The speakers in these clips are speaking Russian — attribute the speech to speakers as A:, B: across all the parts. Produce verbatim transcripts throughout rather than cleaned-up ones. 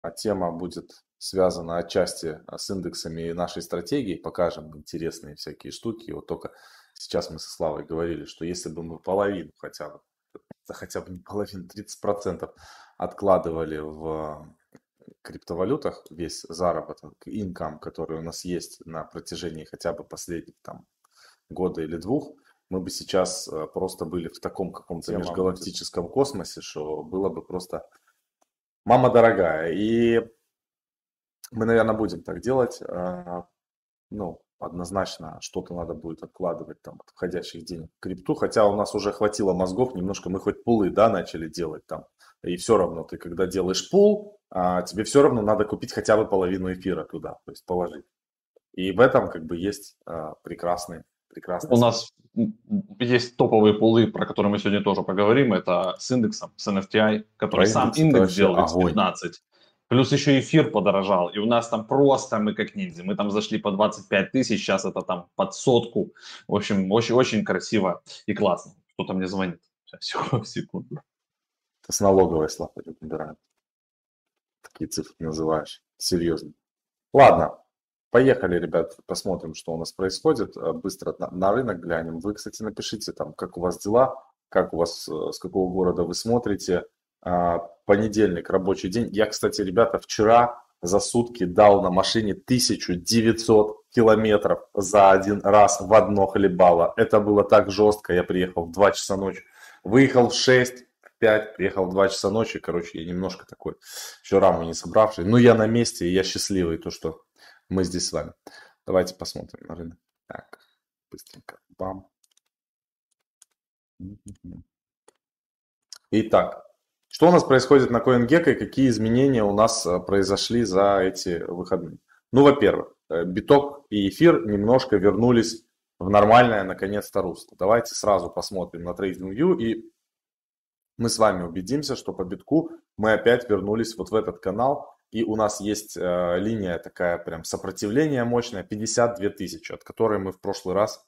A: а тема будет связана отчасти с индексами и нашей стратегией. Покажем интересные всякие штуки. Вот только сейчас мы со Славой говорили, что если бы мы половину хотя бы, да хотя бы не половину, тридцать процентов откладывали в криптовалютах весь заработок, инкам, который у нас есть на протяжении хотя бы последних там года или двух, мы бы сейчас э, просто были в таком каком-то
B: Тема
A: межгалактическом космосе, что было бы просто мама дорогая. И мы, наверное, будем так делать. э, Ну, однозначно что-то надо будет откладывать там от входящих денег в крипту. Хотя у нас уже хватило мозгов немножко, мы хоть пулы, да, начали делать там. И все равно ты, когда делаешь пул, а, тебе все равно надо купить хотя бы половину эфира туда, то есть положить. И в этом как бы есть а, прекрасный, прекрасный
B: У
A: смысл.
B: нас м, есть топовые пулы, про которые мы сегодня тоже поговорим. Это с индексом, с эн эф ти ай, который
A: Про
B: сам
A: индекс это
B: индекс
A: вообще
B: сделал икс
A: огонь.
B: пятнадцать. Плюс еще эфир подорожал. И у нас там просто мы как ниндзя. Мы там зашли по двадцать пять тысяч, сейчас это там под сотку. В общем, очень-очень красиво и классно. Кто-то мне звонит. Сейчас, секунду.
A: Это с налоговой Слава убираем. Такие цифры называешь. Серьезно. Ладно, поехали, ребят, посмотрим, что у нас происходит. Э, Быстро на, на рынок глянем. Вы, кстати, напишите там, как у вас дела, как у вас, э, с какого города вы смотрите. А, Понедельник, рабочий день. Я, кстати, ребята, вчера за сутки дал на машине тысячу девятьсот километров за один раз в одно хлебало. Это было так жестко. Я приехал в два часа ночи, выехал в шесть, в пять, приехал в два часа ночи. Короче, я немножко такой, еще раму не собравший. Но я на месте, и я счастливый, то, что мы здесь с вами. Давайте посмотрим на рынок. Так, быстренько. Бам. Итак, что у нас происходит на CoinGecko и какие изменения у нас э, произошли за эти выходные? Ну, во-первых, э, биток и эфир немножко вернулись в нормальное, наконец-то, русло. Давайте сразу посмотрим на TradingView, и мы с вами убедимся, что по битку мы опять вернулись вот в этот канал, и у нас есть э, линия такая прям сопротивления мощная, пятьдесят две тысячи, от которой мы в прошлый раз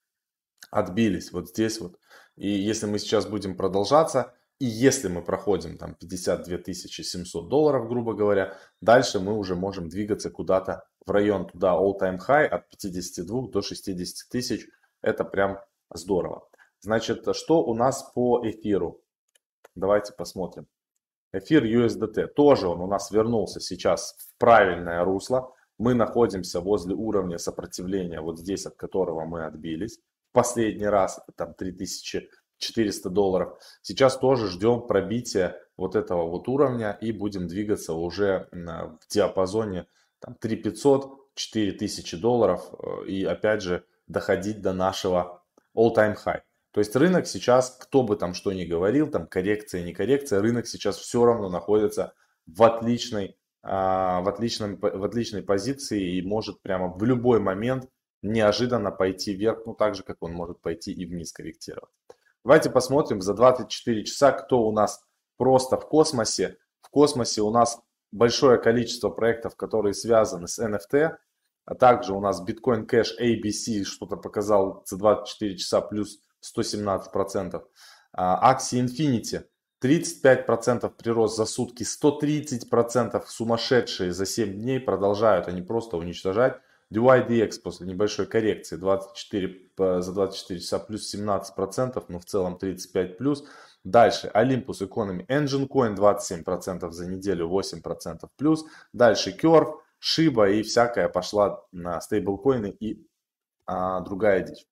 A: отбились вот здесь вот. И если мы сейчас будем продолжаться, и если мы проходим там пятьдесят две тысячи семьсот долларов, грубо говоря, дальше мы уже можем двигаться куда-то в район туда all-time high от пятидесяти двух до шестидесяти тысяч. Это прям здорово. Значит, что у нас по эфиру? Давайте посмотрим. Эфир ю эс ди ти тоже он у нас вернулся сейчас в правильное русло. Мы находимся возле уровня сопротивления, вот здесь, от которого мы отбились. Последний раз это там три тысячи четыреста долларов. Сейчас тоже ждем пробития вот этого вот уровня и будем двигаться уже в диапазоне там, три тысячи пятьсот - четыре тысячи долларов и опять же доходить до нашего all-time high. То есть рынок сейчас, кто бы там что ни говорил, там коррекция, не коррекция, рынок сейчас все равно находится в отличной, в отличном, в отличной позиции и может прямо в любой момент неожиданно пойти вверх, ну так же, как он может пойти и вниз корректировать. Давайте посмотрим за двадцать четыре часа, кто у нас просто в космосе. В космосе у нас большое количество проектов, которые связаны с эн эф ти, а также у нас Bitcoin Cash эй би си что-то показал за двадцать четыре часа плюс сто семнадцать процентов. Axie Infinity тридцать пять процентов прирост за сутки, сто тридцать процентов сумасшедшие за семь дней продолжают они просто уничтожать. ди уай ди экс после небольшой коррекции двадцать четыре, за двадцать четыре часа плюс семнадцать процентов, но в целом тридцать пять плюс. Дальше Olympus Economy, Engine Coin двадцать семь процентов за неделю, восемь процентов плюс. Дальше Curve, Shiba и всякая пошла на стейблкоины и а, другая дичь.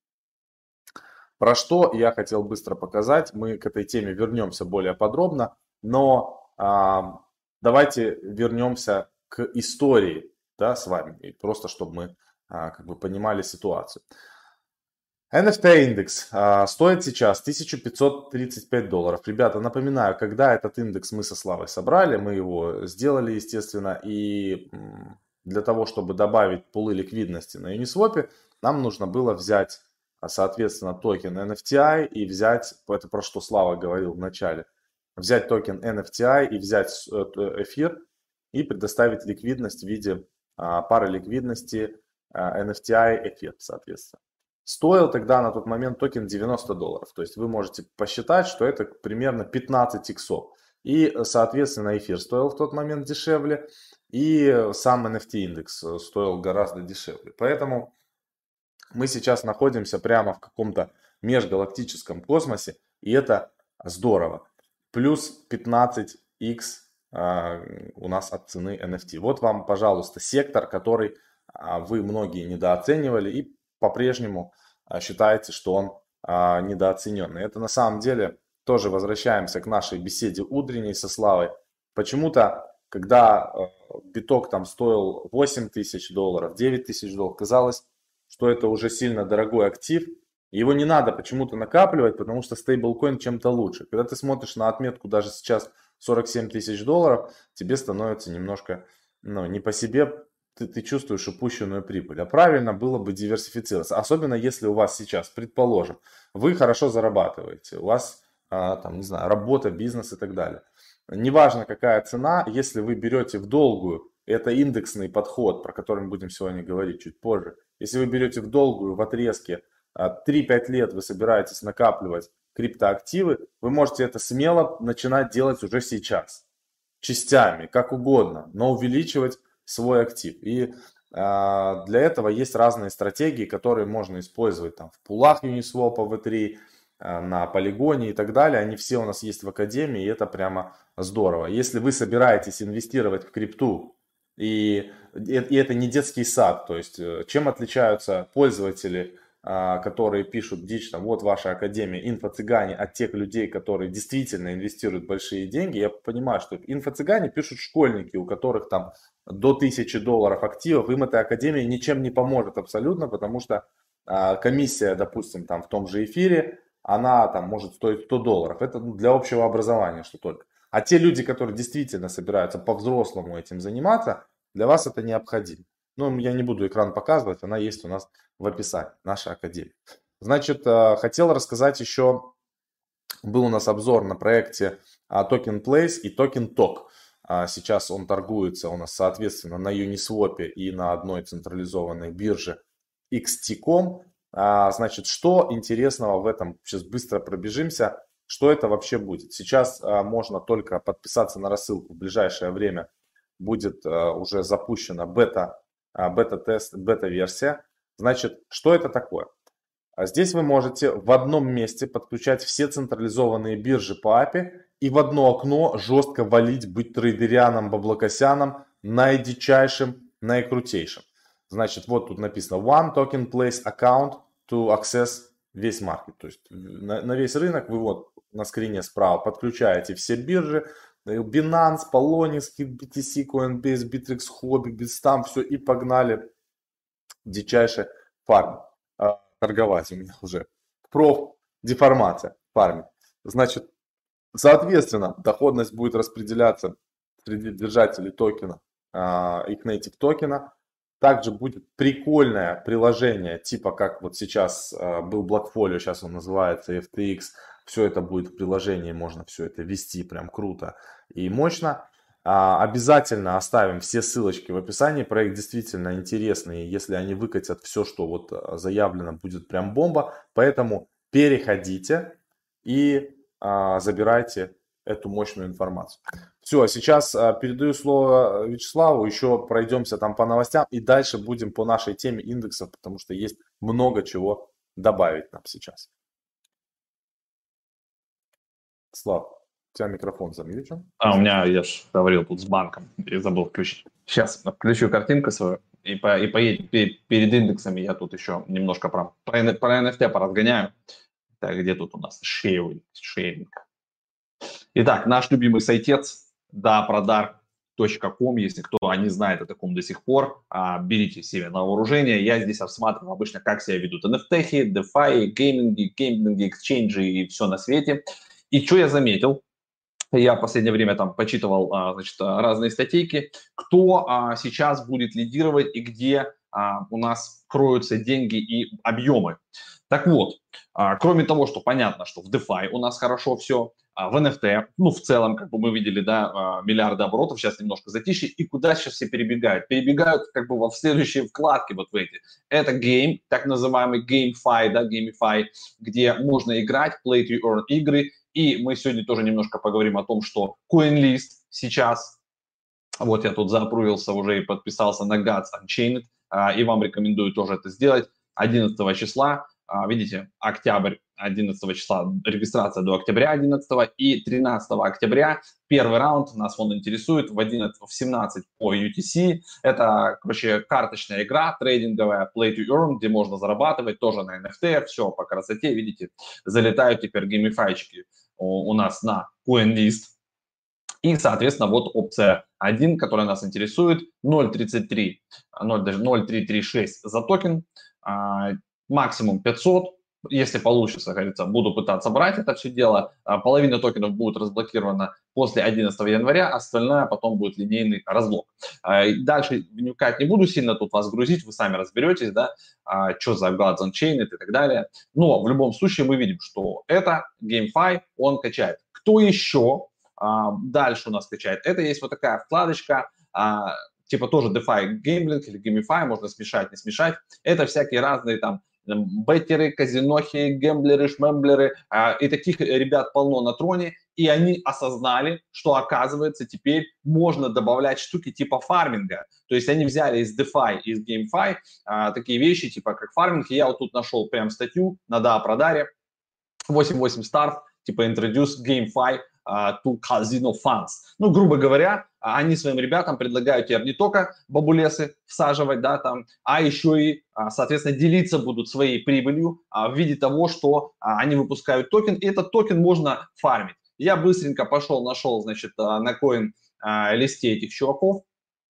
A: Про что я хотел быстро показать, мы к этой теме вернемся более подробно, но а, давайте вернемся к истории, да, с вами, и просто чтобы мы а, как бы понимали ситуацию. эн эф ти индекс а, стоит сейчас тысяча пятьсот тридцать пять долларов. Ребята, напоминаю, когда этот индекс мы со Славой собрали, мы его сделали, естественно, и для того, чтобы добавить пулы ликвидности на Uniswap, нам нужно было взять, соответственно, токен эн эф ти ай и взять, это про что Слава говорил в начале, взять токен эн эф ти ай и взять эфир и предоставить ликвидность в виде а, пары ликвидности а, эн эф ти ай эфир, соответственно. Стоил тогда на тот момент токен девяносто долларов. То есть вы можете посчитать, что это примерно пятнадцать иксов. И, соответственно, эфир стоил в тот момент дешевле, и сам эн эф ти индекс стоил гораздо дешевле. Поэтому мы сейчас находимся прямо в каком-то межгалактическом космосе, и это здорово. Плюс пятнадцать икс а, у нас от цены эн эф ти. Вот вам, пожалуйста, сектор, который а, вы многие недооценивали и по-прежнему а, считаете, что он а, недооцененный. Это на самом деле тоже возвращаемся к нашей беседе утренней со Славой. Почему-то, когда биток там стоил восемь тысяч долларов, девять тысяч долларов, казалось, что это уже сильно дорогой актив, его не надо почему-то накапливать, потому что стейблкоин чем-то лучше. Когда ты смотришь на отметку даже сейчас сорок семь тысяч долларов, тебе становится немножко, ну, не по себе, ты, ты чувствуешь упущенную прибыль. А правильно было бы диверсифицироваться, особенно если у вас сейчас, предположим, вы хорошо зарабатываете, у вас а, там, не знаю, работа, бизнес и так далее. Неважно какая цена, если вы берете в долгую, это индексный подход, про который мы будем сегодня говорить чуть позже. Если вы берете в долгую, в отрезке три-пять лет вы собираетесь накапливать криптоактивы, вы можете это смело начинать делать уже сейчас. Частями, как угодно, но увеличивать свой актив. И а, для этого есть разные стратегии, которые можно использовать там, в пулах Uniswap, ви три, а, на полигоне и так далее. Они все у нас есть в академии, и это прямо здорово. Если вы собираетесь инвестировать в крипту, и, и это не детский сад, то есть чем отличаются пользователи, которые пишут дичь, там, вот ваша академия, инфо-цыгане, от тех людей, которые действительно инвестируют большие деньги. Я понимаю, что инфо-цыгане пишут школьники, у которых там до тысячи долларов активов, им эта академия ничем не поможет абсолютно, потому что а, комиссия, допустим, там в том же эфире, она там может стоить сто долларов. Это для общего образования, что только. А те люди, которые действительно собираются по-взрослому этим заниматься, для вас это необходимо. Ну, я не буду экран показывать, она есть у нас в описании, наша академия. Значит, хотел рассказать еще, был у нас обзор на проекте Token Place и Token Talk. Сейчас он торгуется у нас, соответственно, на Uniswap и на одной централизованной бирже икс ти точка ком. Значит, что интересного в этом? Сейчас быстро пробежимся. Что это вообще будет? Сейчас а, можно только подписаться на рассылку. В ближайшее время будет а, уже запущена бета, а, бета-тест, бета-версия. Значит, что это такое? А здесь вы можете в одном месте подключать все централизованные биржи по эй пи ай и в одно окно жестко валить, быть трейдерианом, баблокосяном, наидичайшим, наикрутейшим. Значит, вот тут написано One Token Place Account to access весь маркет. То есть на, на весь рынок вы вот на скрине справа подключаете все биржи, Binance, Poloniex, би ти си, Coinbase, Bittrex, Huobi, Bitstamp, все, и погнали дичайше фарм. А, торговать у меня уже. Проф, деформация, фарминг. Значит, соответственно, доходность будет распределяться среди держателей токена, а, их native токена. Также будет прикольное приложение, типа как вот сейчас а, был Blockfolio, сейчас он называется эф ти экс. Все это будет в приложении, можно все это вести прям круто и мощно. А, обязательно оставим все ссылочки в описании. Проект действительно интересный. Если они выкатят все, что вот заявлено, будет прям бомба. Поэтому переходите и а, забирайте эту мощную информацию. Все, сейчас а, передаю слово Вячеславу. Еще пройдемся там по новостям. И дальше будем по нашей теме индексов, потому что есть много чего добавить нам сейчас. Слав, у тебя микрофон замьючен.
B: А, у меня, я же говорил тут с банком и забыл включить. Сейчас включу картинку свою и, по, и поедем перед индексами. Я тут еще немножко про, про, про эн эф ти поразгоняю. Так, где тут у нас шейринг? шейринг. Итак, наш любимый сайтец допродар точка ком, если кто не знает о таком до сих пор, берите себе на вооружение. Я здесь рассматриваю обычно, как себя ведут эн эф ти, DeFi, гейминги, гейминги, эксчейнджи и все на свете. И что я заметил? Я в последнее время там почитывал, значит, разные статейки, кто сейчас будет лидировать и где у нас кроются деньги и объемы. Так вот, кроме того, что понятно, что в DeFi у нас хорошо все, в эн эф ти, ну, в целом, как бы мы видели, да, миллиарды оборотов, сейчас немножко затишье, и куда сейчас все перебегают? Перебегают как бы во в следующие вкладки вот в эти. Это гейм, так называемый GameFi, да, GameFi, где можно играть, play to earn игры, И мы сегодня тоже немножко поговорим о том, что CoinList сейчас, вот я тут заапрувился уже и подписался на Gods Unchained, и вам рекомендую тоже это сделать одиннадцатого числа. Видите, октябрь одиннадцатого числа, регистрация до октября одиннадцатого, и тринадцатого октября первый раунд нас он интересует в, одиннадцать, в семнадцать по ю ти си. Это, короче, карточная игра трейдинговая, play to earn, где можно зарабатывать тоже на эн эф ти, все по красоте, видите, залетают теперь геймифайчики у, у нас на CoinList. И, соответственно, вот опция один, которая нас интересует, ноль тридцать три, ноль, даже ноль три три шесть за токен, максимум пятьсот. Если получится, говорится, буду пытаться брать это все дело. Половина токенов будет разблокирована после одиннадцатого января, остальное потом будет линейный разлог. Дальше вникать не буду сильно тут вас грузить, вы сами разберетесь, да, что за Gods Unchained и так далее. Но в любом случае мы видим, что это GameFi, он качает. Кто еще дальше у нас качает? Это есть вот такая вкладочка, типа тоже DeFi Gambling или GameFi, можно смешать, не смешать. Это всякие разные там беттеры, казинохи, гемблеры, шмемблеры, а, и таких ребят полно на троне, и они осознали, что, оказывается, теперь можно добавлять штуки типа фарминга. То есть они взяли из DeFi, из GameFi а, такие вещи, типа как фарминг, и я вот тут нашел прям статью на DAO-продаре, восемь восемь Stars, типа Introduce GameFi uh, to Casino Funds. Ну, грубо говоря, они своим ребятам предлагают теперь не только бабулесы всаживать, да, там, а еще и, соответственно, делиться будут своей прибылью в виде того, что они выпускают токен, и этот токен можно фармить. Я быстренько пошел, нашел, значит, на коин-листе этих чуваков.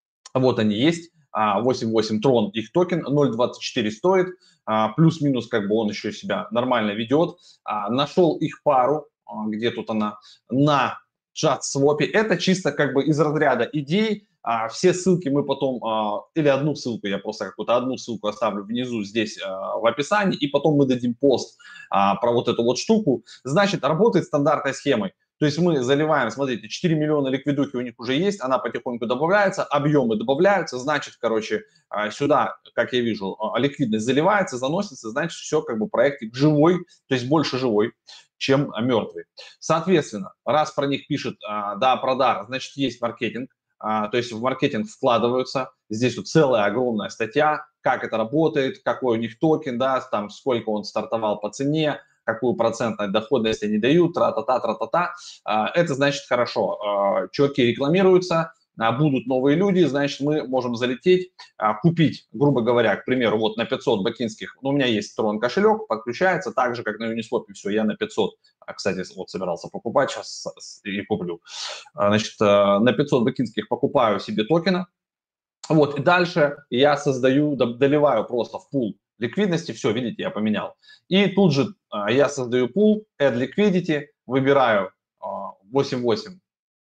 B: Вот они есть. восемь восемь Tron, их токен, ноль двадцать четыре стоит, плюс-минус, как бы он еще себя нормально ведет. Нашел их пару, где тут она, на JustSwap. Это чисто как бы из разряда идей. Все ссылки мы потом, или одну ссылку, я просто какую-то одну ссылку оставлю внизу здесь в описании, и потом мы дадим пост про вот эту вот штуку. Значит, работает стандартной схемой. То есть мы заливаем, смотрите, четыре миллиона ликвидухи у них уже есть, она потихоньку добавляется, объемы добавляются, значит, короче, сюда, как я вижу, ликвидность заливается, заносится, значит, все, как бы проектик живой, то есть больше живой, чем мертвый. Соответственно, раз про них пишет, да, продар, значит, есть маркетинг, то есть в маркетинг вкладываются, здесь вот целая огромная статья, как это работает, какой у них токен, да, там, сколько он стартовал по цене, какую процентную доходность они дают, тра-та-та, тра-та-та. Это значит хорошо. Чуваки рекламируются, будут новые люди, значит, мы можем залететь, купить, грубо говоря, к примеру, вот на пятьсот бакинских, ну, у меня есть Tron кошелек, подключается так же, как на Uniswap, все, я на пятьсот, кстати, вот собирался покупать, сейчас и куплю. Значит, на пятьсот бакинских покупаю себе токена, вот, и дальше я создаю, доливаю просто в пул ликвидности, все, видите, я поменял. И тут же а, я создаю пул, add liquidity, выбираю а, восемь восемь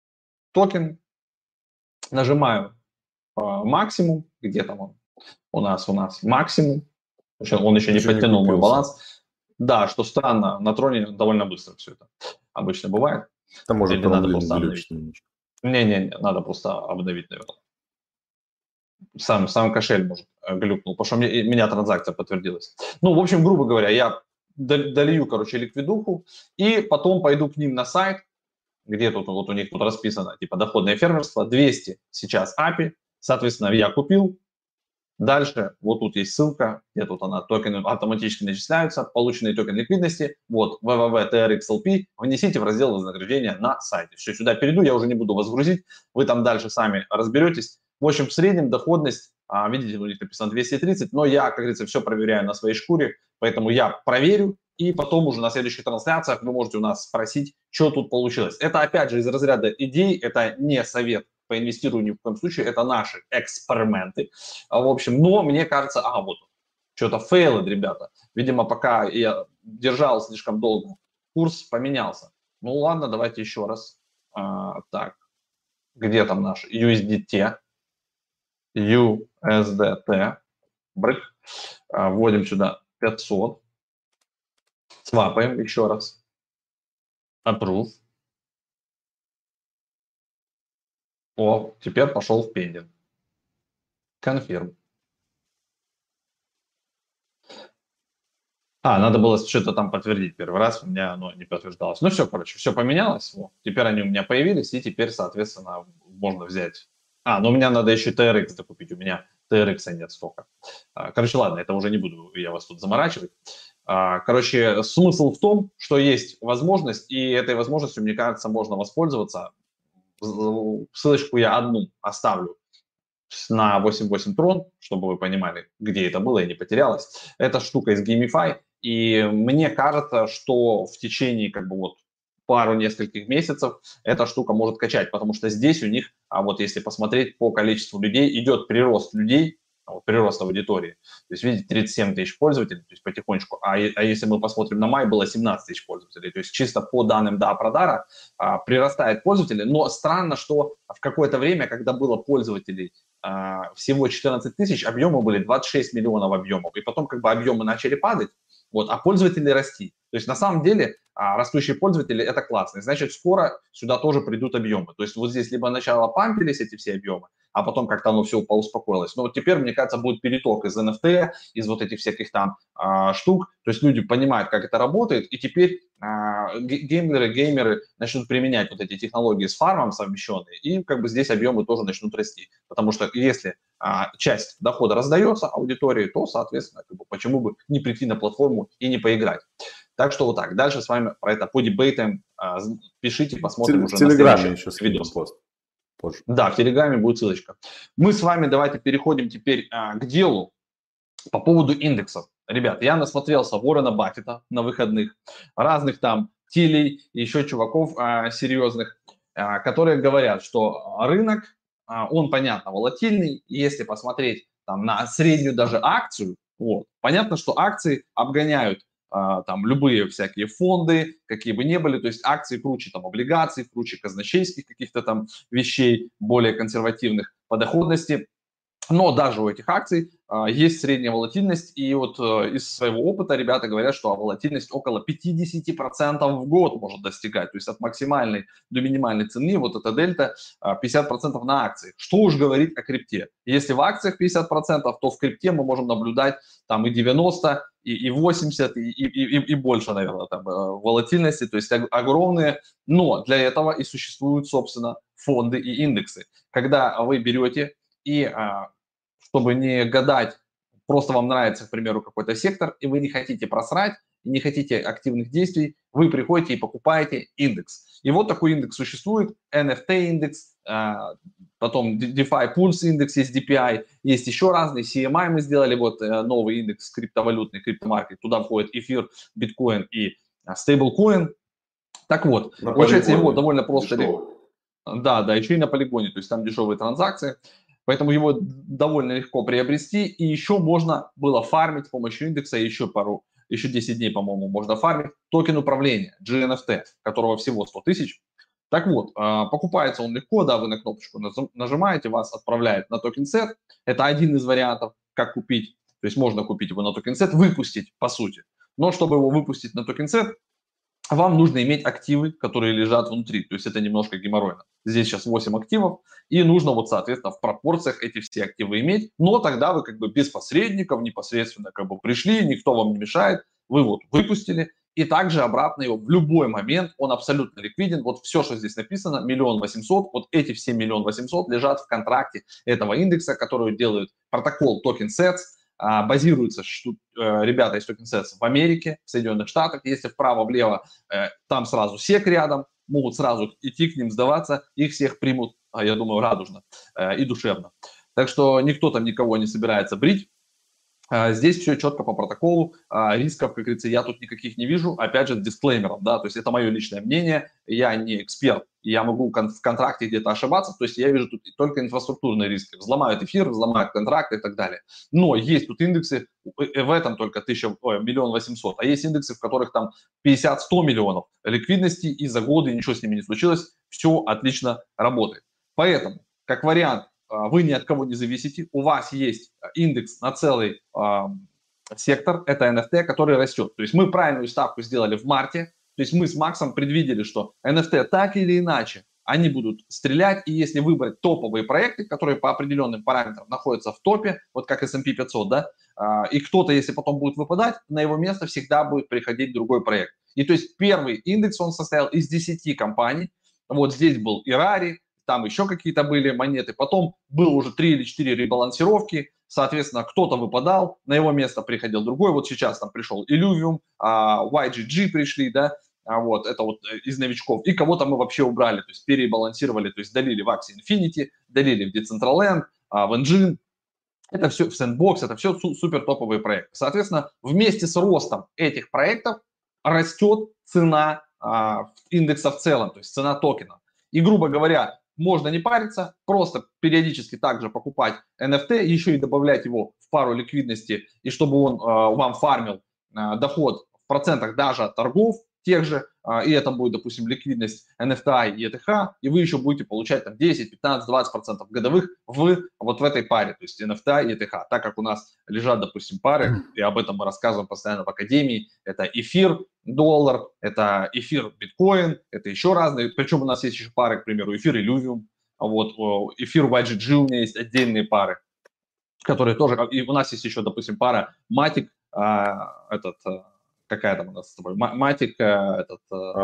B: токен, нажимаю а, максимум, где там он? У нас, у нас максимум, он еще не
A: Еще не
B: подтянул мой
A: купился.
B: баланс. Да, что странно, на троне довольно быстро все это обычно бывает.
A: Там может
B: Или надо
A: Tron
B: просто обновить?
A: немножко.
B: Не-не-не, надо просто обновить, наверное. Сам, сам кошель, может, глюкнул, потому что мне, меня транзакция подтвердилась. Ну, в общем, грубо говоря, я долью, короче, ликвидуху, и потом пойду к ним на сайт, где тут, вот у них тут расписано, типа, доходное фермерство, двести сейчас эй пи ай, соответственно, я купил. Дальше, вот тут есть ссылка, где тут она, токены автоматически начисляются, полученный токен ликвидности, вот, вэ вэ вэ точка тэ эр икс эл пи, внесите в раздел вознаграждения на сайте. Все, сюда перейду, я уже не буду вас грузить, вы там дальше сами разберетесь. В общем, в среднем доходность, а, видите, у них написано двести тридцать, но я, как говорится, все проверяю на своей шкуре, поэтому я проверю, и потом уже на следующих трансляциях вы можете у нас спросить, что тут получилось. Это, опять же, из разряда идей, это не совет по инвестированию в коем случае, это наши эксперименты. В общем, но мне кажется, а вот, что-то фейлы, ребята. Видимо, пока я держал слишком долго, курс поменялся. Ну ладно, давайте еще раз. А, так, где там наш ю эс ди ти? ю эс ди ти, брык, а, вводим сюда пятьсот, свапаем еще раз, approve, о, теперь пошел в пендинг, confirm, А, надо было что-то там подтвердить первый раз, у меня оно не подтверждалось. Ну все, короче, все поменялось. Вот. Теперь они у меня появились, и теперь, соответственно, можно взять. А, ну у меня надо еще ти ар икс докупить, у меня ти ар икс нет столько. А, Короче, ладно, это уже не буду я вас тут заморачивать. А, Короче, смысл в том, что есть возможность, и этой возможностью, мне кажется, можно воспользоваться. Ссылочку я одну оставлю на восемь восемь Tron, чтобы вы понимали, где это было и не потерялось. Это штука из Gamify, и мне кажется, что в течение как бы вот пару нескольких месяцев эта штука может качать, потому что здесь у них, а вот если посмотреть по количеству людей, идет прирост людей, вот, прирост аудитории. То есть, видите, тридцать семь тысяч пользователей, то есть потихонечку. А, а если мы посмотрим на май, было семнадцать тысяч пользователей. То есть чисто по данным до Продара а, прирастает пользователей. Но странно, что в какое-то время, когда было пользователей а, всего четырнадцать тысяч, объемы были двадцать шесть миллионов объемов. И потом как бы объемы начали падать, вот, а пользователи расти. То есть на самом деле а, растущие пользователи – это классно. Значит, скоро сюда тоже придут объемы. То есть вот здесь либо сначала пампились эти все объемы, а потом как-то оно все поуспокоилось. Но вот теперь, мне кажется, будет переток из эн эф ти, из вот этих всяких там а, штук. То есть люди понимают, как это работает, и теперь а, геймеры, геймеры начнут применять вот эти технологии с фармом совмещенные, и как бы здесь объемы тоже начнут расти. Потому что если а, часть дохода раздается аудитории, то, соответственно, как бы, почему бы не прийти на платформу и не поиграть. Так что вот так. Дальше с вами про это подебейтаем. А, пишите, посмотрим
A: В
B: уже
A: Телеграме
B: на
A: еще
B: следующий видос.
A: пост. Позже.
B: Да, в Телеграме будет ссылочка. Мы с вами давайте переходим теперь а, к делу по поводу индексов. Ребят, я насмотрелся Уоррена Баффета на выходных, разных там Тилей, еще чуваков а, серьезных, а, которые говорят, что рынок, а, он, понятно, волатильный. И если посмотреть там, на среднюю даже акцию, вот, понятно, что акции обгоняют а, там любые всякие фонды, какие бы ни были, то есть акции круче там облигаций, круче казначейских каких-то там вещей, более консервативных по доходности. Но даже у этих акций а, есть средняя волатильность, и вот а, из своего опыта ребята говорят, что волатильность около пятьдесят процентов в год может достигать, то есть от максимальной до минимальной цены, вот эта дельта а, пятьдесят процентов на акции. Что уж говорить о крипте. Если в акциях пятьдесят процентов, то в крипте мы можем наблюдать там и девяносто, и, и восемьдесят, и, и, и, и больше, наверное, там, волатильности, то есть огромные, но для этого и существуют, собственно, фонды и индексы. Когда вы берете и а, чтобы не гадать, просто вам нравится, к примеру, какой-то сектор, и вы не хотите просрать, не хотите активных действий, вы приходите и покупаете индекс. И вот такой индекс существует, эн эф ти индекс, а, потом DeFi Pulse индекс есть, ди пи ай, есть еще разные, си эм ай мы сделали, вот новый индекс криптовалютный, криптомаркет, туда входит эфир, биткоин и стейблкоин. Так вот,
A: На
B: получается,
A: полигоне.
B: его довольно просто...
A: Дешевый.
B: Да, да, еще и на полигоне, то есть там дешевые транзакции. Поэтому его довольно легко приобрести, и еще можно было фармить с помощью индекса еще пару, еще десять дней, по-моему, можно фармить токен управления, джи эн эф ти, которого всего сто тысяч. Так вот, покупается он легко, да, вы на кнопочку нажимаете, вас отправляет на токен сет. Это один из вариантов, как купить. То есть можно купить его на токен сет, выпустить, по сути. Но чтобы его выпустить на токен сет, вам нужно иметь активы, которые лежат внутри. То есть это немножко геморройно. Здесь сейчас восемь активов, и нужно вот, соответственно, в пропорциях эти все активы иметь. Но тогда вы как бы без посредников непосредственно как бы пришли, никто вам не мешает, вы вот выпустили, и также обратно его в любой момент, он абсолютно ликвиден. Вот все, что здесь написано, миллион восемьсот, вот эти все миллион восемьсот лежат в контракте этого индекса, который делают протокол Token Sets. А, базируются что, э, ребята из Token Sets в Америке, в Соединенных Штатах. Если вправо-влево, э, там сразу сек рядом, могут сразу идти к ним сдаваться, их всех примут, я думаю, радужно э, и душевно. Так что никто там никого не собирается брить. Здесь все четко по протоколу, рисков, как говорится, я тут никаких не вижу, опять же, с дисклеймером, да, то есть это мое личное мнение, я не эксперт, я могу в контракте где-то ошибаться, то есть я вижу тут только инфраструктурные риски, взломают эфир, взломают контракты и так далее. Но есть тут индексы, в этом только тысяча, ой, миллион восемьсот, а есть индексы, в которых там пятьдесят-сто миллионов ликвидности, и за годы ничего с ними не случилось, все отлично работает. Поэтому, как вариант, вы ни от кого не зависите, у вас есть индекс на целый э, сектор, это эн эф ти, который растет. То есть мы правильную ставку сделали в марте, то есть мы с Максом предвидели, что эн эф ти так или иначе они будут стрелять, и если выбрать топовые проекты, которые по определенным параметрам находятся в топе, вот как эс энд пи пятьсот, да, и кто-то, если потом будет выпадать, на его место всегда будет приходить другой проект. И то есть первый индекс, он состоял из десяти компаний, вот здесь был Ирари, там еще какие-то были монеты, потом было уже три или четыре ребалансировки, соответственно, кто-то выпадал, на его место приходил другой, вот сейчас там пришел Illuvium, уай джи джи пришли, да, вот, это вот из новичков, и кого-то мы вообще убрали, то есть перебалансировали, то есть долили в Axie Infinity, долили в Decentraland, в Engine, это все в Sandbox, это все супер топовые проекты. Соответственно, вместе с ростом этих проектов растет цена а, индекса в целом, то есть цена токена. И, грубо говоря, можно не париться, просто периодически также покупать эн эф ти, еще и добавлять его в пару ликвидности, и чтобы он а, вам фармил а, доход в процентах даже от торгов тех же, и это будет, допустим, ликвидность эн эф ти и и ти эйч, и вы еще будете получать там десять, пятнадцать, двадцать процентов годовых в, вот в этой паре, то есть эн эф ти и и ти эйч. Так как у нас лежат, допустим, пары, и об этом мы рассказываем постоянно в Академии, это эфир, доллар, это эфир, биткоин, это еще разные, причем у нас есть еще пары, к примеру, эфир, Illuvium, вот, эфир, уай джи джи у меня есть отдельные пары, которые тоже, и у нас есть еще, допустим, пара Matic, а, этот, какая там у нас с тобой, Matic, этот...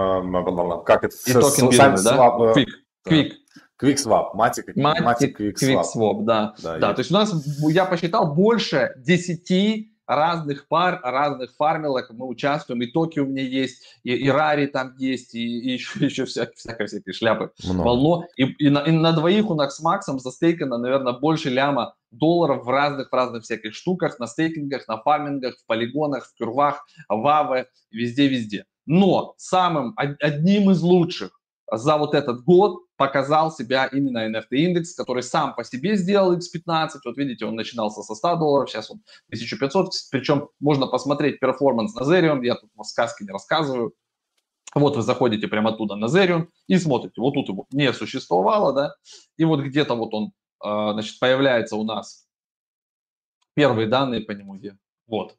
A: Uh, как это?
B: И токен биржи, да? Quick. Quick.
A: Quick Swap. Matic,
B: Matic Quick, Quick Swap, да. Да, да то есть у нас, я посчитал, больше десяти разных пар, разных фармилок мы участвуем. И токи у меня есть, и, и рари там есть, и, и еще, еще вся, всякой всякой шляпы полно. И, и, на, и на двоих у нас с Максом застейкано, наверное, больше ляма долларов в разных, в разных всяких штуках, на стейкингах, на фармингах, в полигонах, в кюрвах, в аве, везде-везде. Но самым, одним из лучших за вот этот год показал себя именно эн эф ти индекс, который сам по себе сделал икс пятнадцать. Вот видите, он начинался со ста долларов, сейчас он тысяча пятьсот. Причем можно посмотреть перформанс на Zerion, я тут сказки не рассказываю. Вот вы заходите прямо оттуда на Zerion и смотрите, вот тут его не существовало, да, и вот где-то вот он, значит, появляется у нас первые данные по нему, где, вот.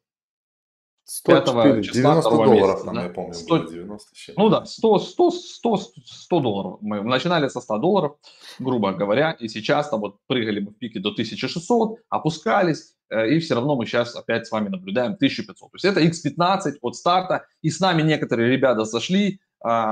A: сто четыре, девяносто долларов, нам, да? Я помню,
B: сто,
A: было девяносто.
B: Ну да, сто, сто, сто, сто долларов. Мы начинали со ста долларов, грубо говоря, и сейчас там вот прыгали мы в пике до тысячи шестисот, опускались, и все равно мы сейчас опять с вами наблюдаем тысячу пятьсот. То есть это икс пятнадцать от старта, и с нами некоторые ребята зашли.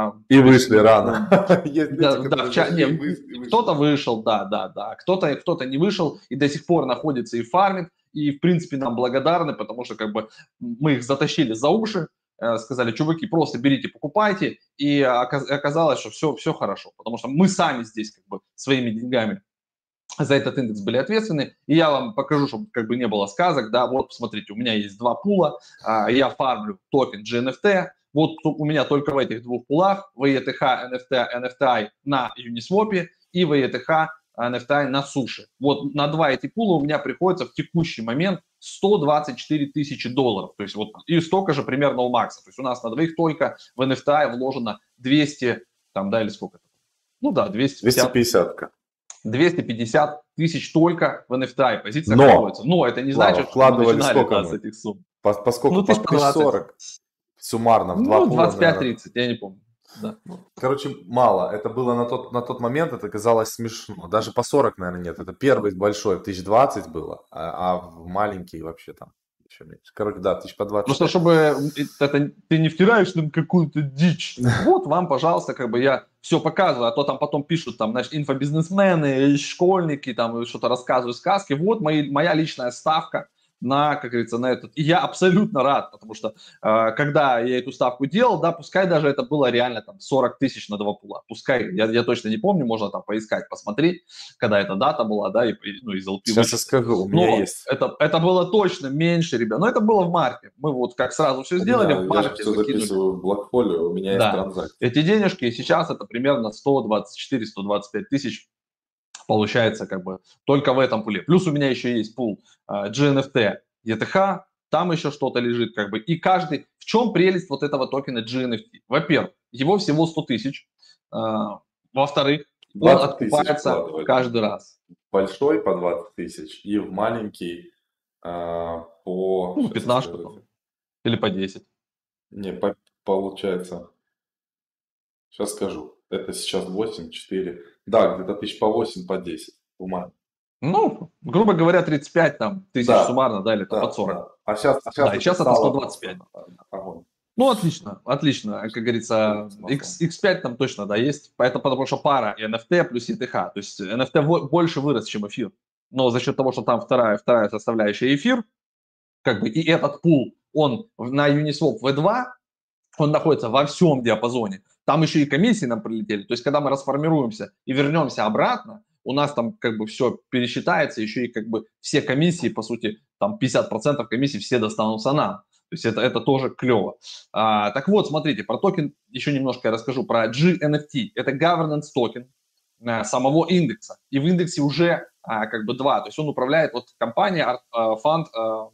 A: И вышли есть, рано.
B: Да, да, вчера, не, кто-то вышел, да, да, да, кто-то, кто-то не вышел и до сих пор находится и фармит. И, в принципе, нам благодарны, потому что как бы мы их затащили за уши, сказали, чуваки, просто берите, покупайте, и оказалось, что все, все хорошо, потому что мы сами здесь как бы своими деньгами за этот индекс были ответственны, и я вам покажу, чтобы как бы не было сказок, да, вот, посмотрите, у меня есть два пула, я фармлю токен джи эн эф ти, вот у меня только в этих двух пулах, ви и ти эйч, эн эф ти, эн эф ти ай на Uniswap и ви и ти эйч, эн эф ти ай на суше. Вот на два эти пула у меня приходится в текущий момент сто двадцать четыре тысячи долларов. То есть вот и столько же примерно у Макса. То есть у нас на двоих только в эн эф ти ай вложено двести, там, да, или сколько это? Ну да, двести пятьдесят.
A: двести пятьдесят.
B: двести пятьдесят тысяч только в эн эф ти ай. Позиция
A: Но,
B: находится. Но это не значит, что
A: вкладывали
B: мы
A: сколько
B: да,
A: мы?
B: с этих сумм.
A: По, поскольку
B: ну,
A: по тысяча сорок суммарно в два
B: ну,
A: пула,
B: двадцать пять тридцать, я не помню. Да.
A: Короче, мало. Это было на тот, на тот момент, это казалось смешно. Даже по сорок, наверное, нет. Это первый большой, тысяч двадцать было, а, а маленький вообще там еще меньше. Короче, да, тысяч по двадцать.
B: Просто чтобы это, ты не втираешь там какую-то дичь. Вот вам, пожалуйста, как бы я все показываю, а то там потом пишут, там, значит, инфобизнесмены, школьники, там, что-то рассказывают сказки. Вот мои, моя личная ставка на, как говорится, на этот. И я абсолютно рад, потому что э, когда я эту ставку делал, да, пускай даже это было реально там сорок тысяч на два пула, пускай, я, я точно не помню, можно там поискать, посмотреть, когда эта дата была, да, и, ну, из эл пи.
A: Сейчас я скажу, у меня
B: но
A: есть.
B: Это, это было точно меньше, ребят, но это было в марте, мы вот как сразу все сделали,
A: меня,
B: в марте
A: я все записываю в блокфолио, у меня
B: да.
A: есть транзакции.
B: Эти денежки, и сейчас это примерно сто двадцать четыре - сто двадцать пять тысяч. Получается, как бы, только в этом пуле. Плюс у меня еще есть пул uh, джи эн эф ти, и ти эйч, там еще что-то лежит, как бы. И каждый... В чем прелесть вот этого токена джи эн эф ти? Во-первых, его всего сто тысяч. Uh, во-вторых, он откупается каждый раз.
A: Большой по двадцать тысяч и в маленький uh, по...
B: Ну, пятнадцать или по десять.
A: Не, по, получается... Сейчас скажу. Это сейчас восемь, четыре. Да, где-то тысяч по восемь, по десять в мае.
B: Ну, грубо говоря, тридцать пять там, тысяч
A: Да,
B: суммарно, да, или там под
A: да,
B: сорок.
A: да. А сейчас, а сейчас
B: Да, и
A: это
B: сейчас это
A: стало
B: сто двадцать
A: просто
B: пять.
A: а, огонь.
B: Ну, отлично, отлично. Как говорится,
A: Просто на
B: X,
A: фоне.
B: икс пять там точно, да, есть. Поэтому, потому что пара эн эф ти плюс и ти эйч. То есть эн эф ти во- больше вырос, чем эфир. Но за счет того, что там вторая, вторая составляющая эфир, как бы и этот пул, он в- на Uniswap ви два, он находится во всем диапазоне. Там еще и комиссии нам прилетели. То есть, когда мы расформируемся и вернемся обратно, у нас там как бы все пересчитается, еще и как бы все комиссии, по сути, там пятьдесят процентов комиссий все достанутся нам. То есть это, это тоже клево. А, так вот, смотрите, про токен еще немножко я расскажу. Про джи эн эф ти. Это governance токен а, самого индекса. И в индексе уже а, как бы два. То есть он управляет, вот компания, а, фонд, а,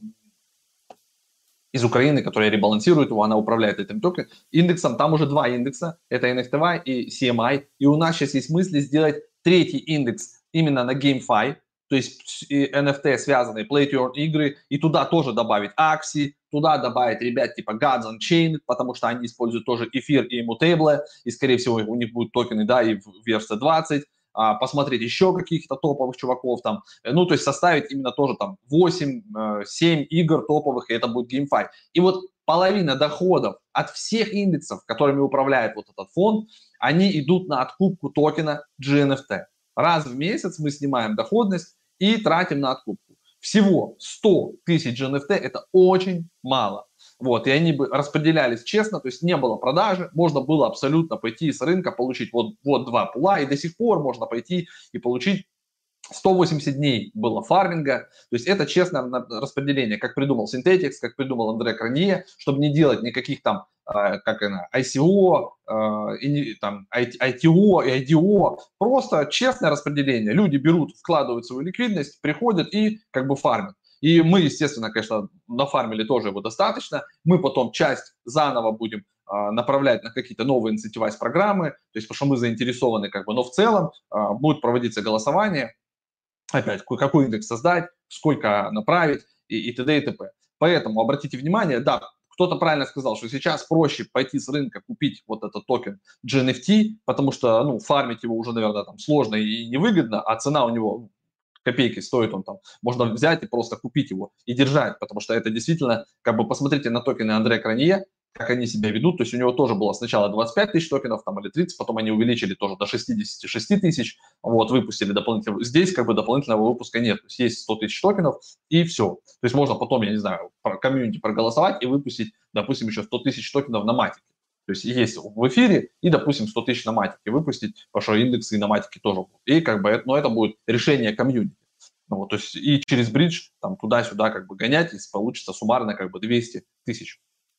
B: из Украины, которая ребалансирует его, она управляет этим токен индексом. Там уже два индекса, это эн эф ти вай и си эм ай. И у нас сейчас есть мысли сделать третий индекс именно на GameFi, то есть эн эф ти связанные Play to Earn игры, и туда тоже добавить Axie, туда добавить ребят типа Gods Unchained, потому что они используют тоже эфир и Immutable, и скорее всего у них будут токены, да, и в ви эр си двадцать. А, посмотреть еще каких-то топовых чуваков там, ну, то есть составить именно тоже там восемь-семь игр топовых, и это будет GameFi. И вот половина доходов от всех индексов, которыми управляет вот этот фонд, они идут на откупку токена джи эн эф ти. Раз в месяц мы снимаем доходность и тратим на откупку. Всего сто тысяч джи эн эф ти – это очень мало. Вот, и они бы распределялись честно, то есть не было продажи, можно было абсолютно пойти с рынка, получить вот, вот два пула, и до сих пор можно пойти и получить сто восемьдесят дней было фарминга, то есть это честное распределение, как придумал Synthetix, как придумал Андре Кранье, чтобы не делать никаких там, э, как она, ай си о, э, и, там, ай ти о и ай ди о, просто честное распределение. Люди берут, вкладывают свою ликвидность, приходят и как бы фармят. И мы, естественно, конечно, нафармили тоже его достаточно. Мы потом часть заново будем э, направлять на какие-то новые инцентивайз программы, то есть потому что мы заинтересованы как бы, но в целом э, будет проводиться голосование, опять, какой индекс создать, сколько направить и, и т.д. и т.п. Поэтому обратите внимание, да, кто-то правильно сказал, что сейчас проще пойти с рынка купить вот этот токен джи эн эф ти, потому что, ну, фармить его уже, наверное, там сложно и невыгодно, а цена у него копейки стоит, он там, можно взять и просто купить его и держать, потому что это действительно, как бы посмотрите на токены Андре Кранье, как они себя ведут, то есть у него тоже было сначала двадцать пять тысяч токенов там или тридцать, потом они увеличили тоже до шестьдесят шесть тысяч, вот, выпустили дополнительно, здесь как бы дополнительного выпуска нет, то есть есть сто тысяч токенов и все, то есть можно потом, я не знаю, про комьюнити проголосовать и выпустить, допустим, еще сто тысяч токенов на матике. То есть есть в эфире и, допустим, сто тысяч на матике выпустить, потому что индексы и на матике тоже будут. И как бы, это, но это будет решение комьюнити. Ну, вот, то есть и через бридж там туда-сюда как бы гонять, и получится суммарно как бы двести тысяч.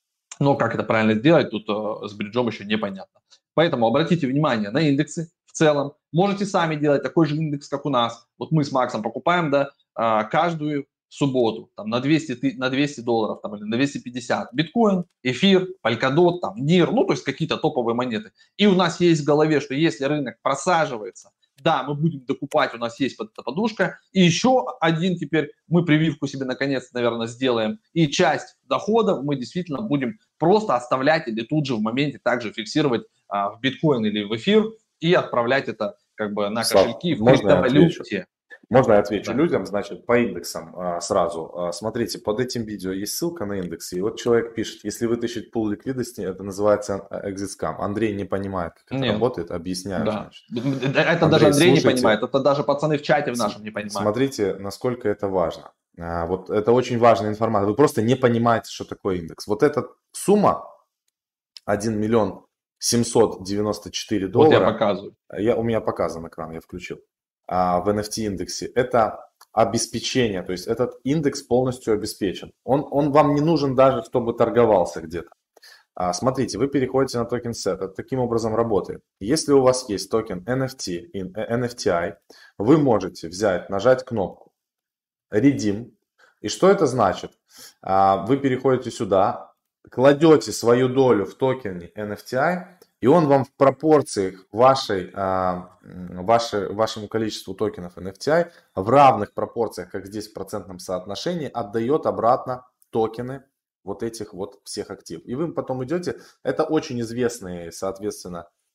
B: Но как это правильно сделать, тут э, с бриджом еще непонятно. Поэтому обратите внимание на индексы в целом. Можете сами делать такой же индекс, как у нас. Вот мы с Максом покупаем, да, э, каждую субботу там, на, двести, на двести долларов там, или на двести пятьдесят биткоин, эфир, Polkadot, там, нир, ну то есть какие-то топовые монеты. И у нас есть в голове, что если рынок просаживается, да, мы будем докупать, у нас есть под эта подушка. И еще один теперь мы прививку себе наконец, наверное, сделаем. И часть доходов мы действительно будем просто оставлять или тут же в моменте также фиксировать а, в биткоин или в эфир и отправлять это как бы на
A: Слав,
B: кошельки в
A: можно я отвечу?
B: криптовалюте.
A: Можно я отвечу
B: Да.
A: людям, значит, по индексам а, сразу. А, смотрите, под этим видео есть ссылка на индексы, и вот человек пишет, если вытащить пул ликвидности, это называется exit scam. Андрей не понимает, как это
B: Нет,
A: работает, объясняю,
B: да.
A: значит.
B: Это
A: Андрей,
B: даже Андрей не
A: слушайте,
B: понимает, это даже пацаны в чате в нашем не понимают.
A: смотрите, насколько это важно. А, вот это очень важная информация. Вы просто не понимаете, что такое индекс. Вот эта сумма один миллион семьсот девяносто четыре доллара.
B: Вот я показываю.
A: Я, у меня показан экран, я включил. А, в эн эф ти индексе. Это обеспечение, то есть этот индекс полностью обеспечен. Он, он вам не нужен даже, чтобы торговался где-то. А, смотрите, вы переходите на токен сет. Это таким образом работает. Если у вас есть токен эн эф ти, эн эф ти ай, вы можете взять, нажать кнопку Redeem. И что это значит? А, вы переходите сюда, кладете свою долю в токене эн эф ти ай, и он вам в пропорциях вашей, вашей, вашему количеству токенов эн эф ти ай в равных пропорциях, как здесь в процентном соотношении, отдает обратно токены вот этих вот всех активов. И вы потом идете, это очень известные, соответственно,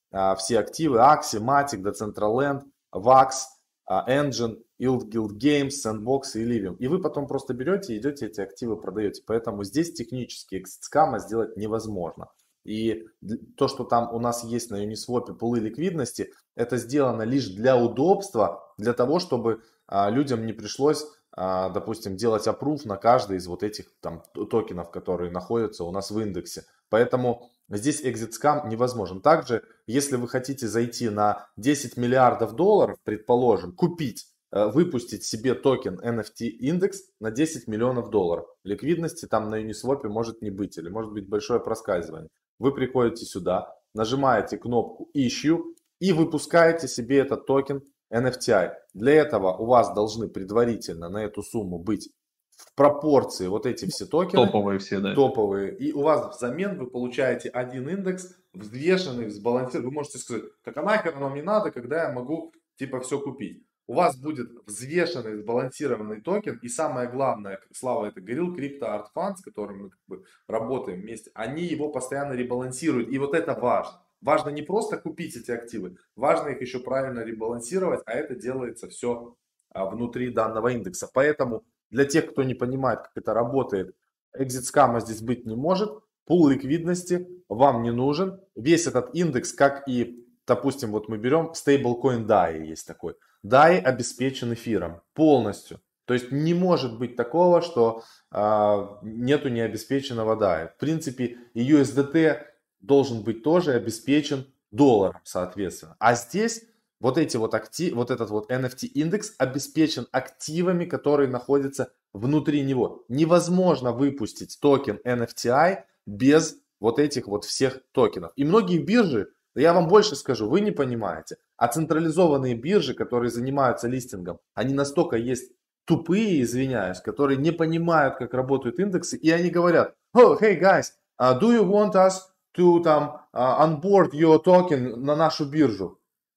A: а, все активы: Axie, Matic, Decentraland, Vax, а, Engine, Guild, Guild Games, Sandbox и Illivium. И вы потом просто берете и идете эти активы продаете. Поэтому здесь технически экзит-скама сделать невозможно. И то, что там у нас есть на Uniswap пулы ликвидности, это сделано лишь для удобства, для того, чтобы а, людям не пришлось, а, допустим, делать аппрув на каждый из вот этих там токенов, которые находятся у нас в индексе. Поэтому здесь экзит-скам невозможен. Также, если вы хотите зайти на десять миллиардов долларов, предположим, купить, выпустить себе токен эн эф ти индекс на десять миллионов долларов. Ликвидности там на Uniswap может не быть, или может быть большое проскальзывание. Вы приходите сюда, нажимаете кнопку Issue и выпускаете себе этот токен эн эф ти ай. Для этого у вас должны предварительно на эту сумму быть в пропорции вот эти все токены.
B: Топовые все, да.
A: Топовые. И у вас взамен вы получаете один индекс, взвешенный, сбалансированный. Вы можете сказать, так а нахер оно мне надо, когда я могу типа все купить. У вас будет взвешенный, сбалансированный токен. И самое главное, Слава это говорил, Crypto Art Fund, с которым мы как бы работаем вместе, они его постоянно ребалансируют. И вот это важно. Важно не просто купить эти активы, важно их еще правильно ребалансировать, а это делается все внутри данного индекса. Поэтому для тех, кто не понимает, как это работает, экзит-скама здесь быть не может. Пул ликвидности вам не нужен. Весь этот индекс, как и, допустим, вот мы берем stablecoin дай, есть такой. дай обеспечен эфиром полностью. То есть не может быть такого, что э, нету необеспеченного дай. В принципе, и ю эс ди ти должен быть тоже обеспечен долларом, соответственно. А здесь вот эти вот актив, вот этот вот эн эф ти индекс обеспечен активами, которые находятся внутри него. Невозможно выпустить токен эн эф ти ай без вот этих вот всех токенов. И многие биржи, я вам больше скажу, вы не понимаете, а централизованные биржи, которые занимаются листингом, они настолько есть тупые, извиняюсь, которые не понимают, как работают индексы, и они говорят: oh, hey guys, uh, do you want us to там uh, onboard your token на нашу биржу?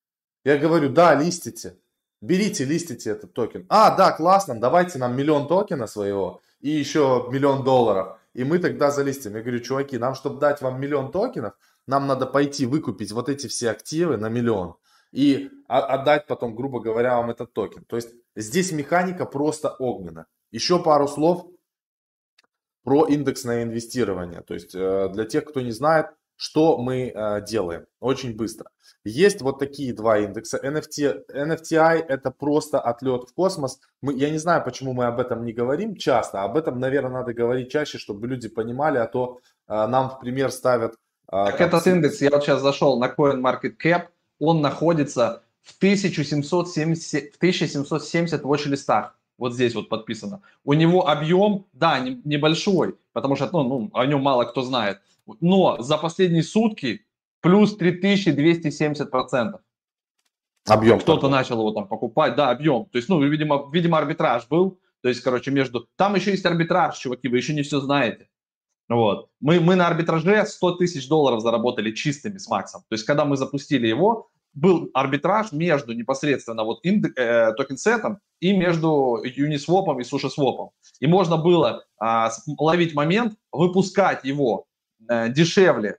A: Я говорю, да, листите, берите, листите этот токен. А, да, классно, давайте нам миллион токена своего и еще миллион долларов, и мы тогда залистим. Я говорю, чуваки, нам, чтобы дать вам миллион токенов, нам надо пойти выкупить вот эти все активы на миллион и отдать потом, грубо говоря, вам этот токен. То есть здесь механика просто огненна. Еще пару слов про индексное инвестирование. То есть для тех, кто не знает, что мы делаем. Очень быстро. Есть вот такие два индекса. эн эф ти, эн эф ти ай это просто отлет в космос. Мы, я не знаю, почему мы об этом не говорим часто. Об этом, наверное, надо говорить чаще, чтобы люди понимали, а то нам в пример ставят.
B: Так там, этот индекс, я вот сейчас зашел на CoinMarketCap, он находится в тысяча семьсот семьдесят, в тысяча семьсот семьдесят watch-листах. Вот здесь вот подписано. У него объем, да, не, небольшой, потому что ну, ну, о нем мало кто знает. Но за последние сутки плюс три тысячи двести семьдесят процентов.
A: Объем.
B: Кто-то начал его там покупать. Да, объем. То есть, ну, видимо, видимо, арбитраж был. То есть, короче, между... Там еще есть арбитраж, чуваки, вы еще не все знаете. Вот. Мы, мы на арбитраже сто тысяч долларов заработали чистыми с Максом. То есть, когда мы запустили его, был арбитраж между непосредственно вот индек, э, токен-сетом и между Uniswap и SushiSwap. И можно было э, ловить момент, выпускать его э, дешевле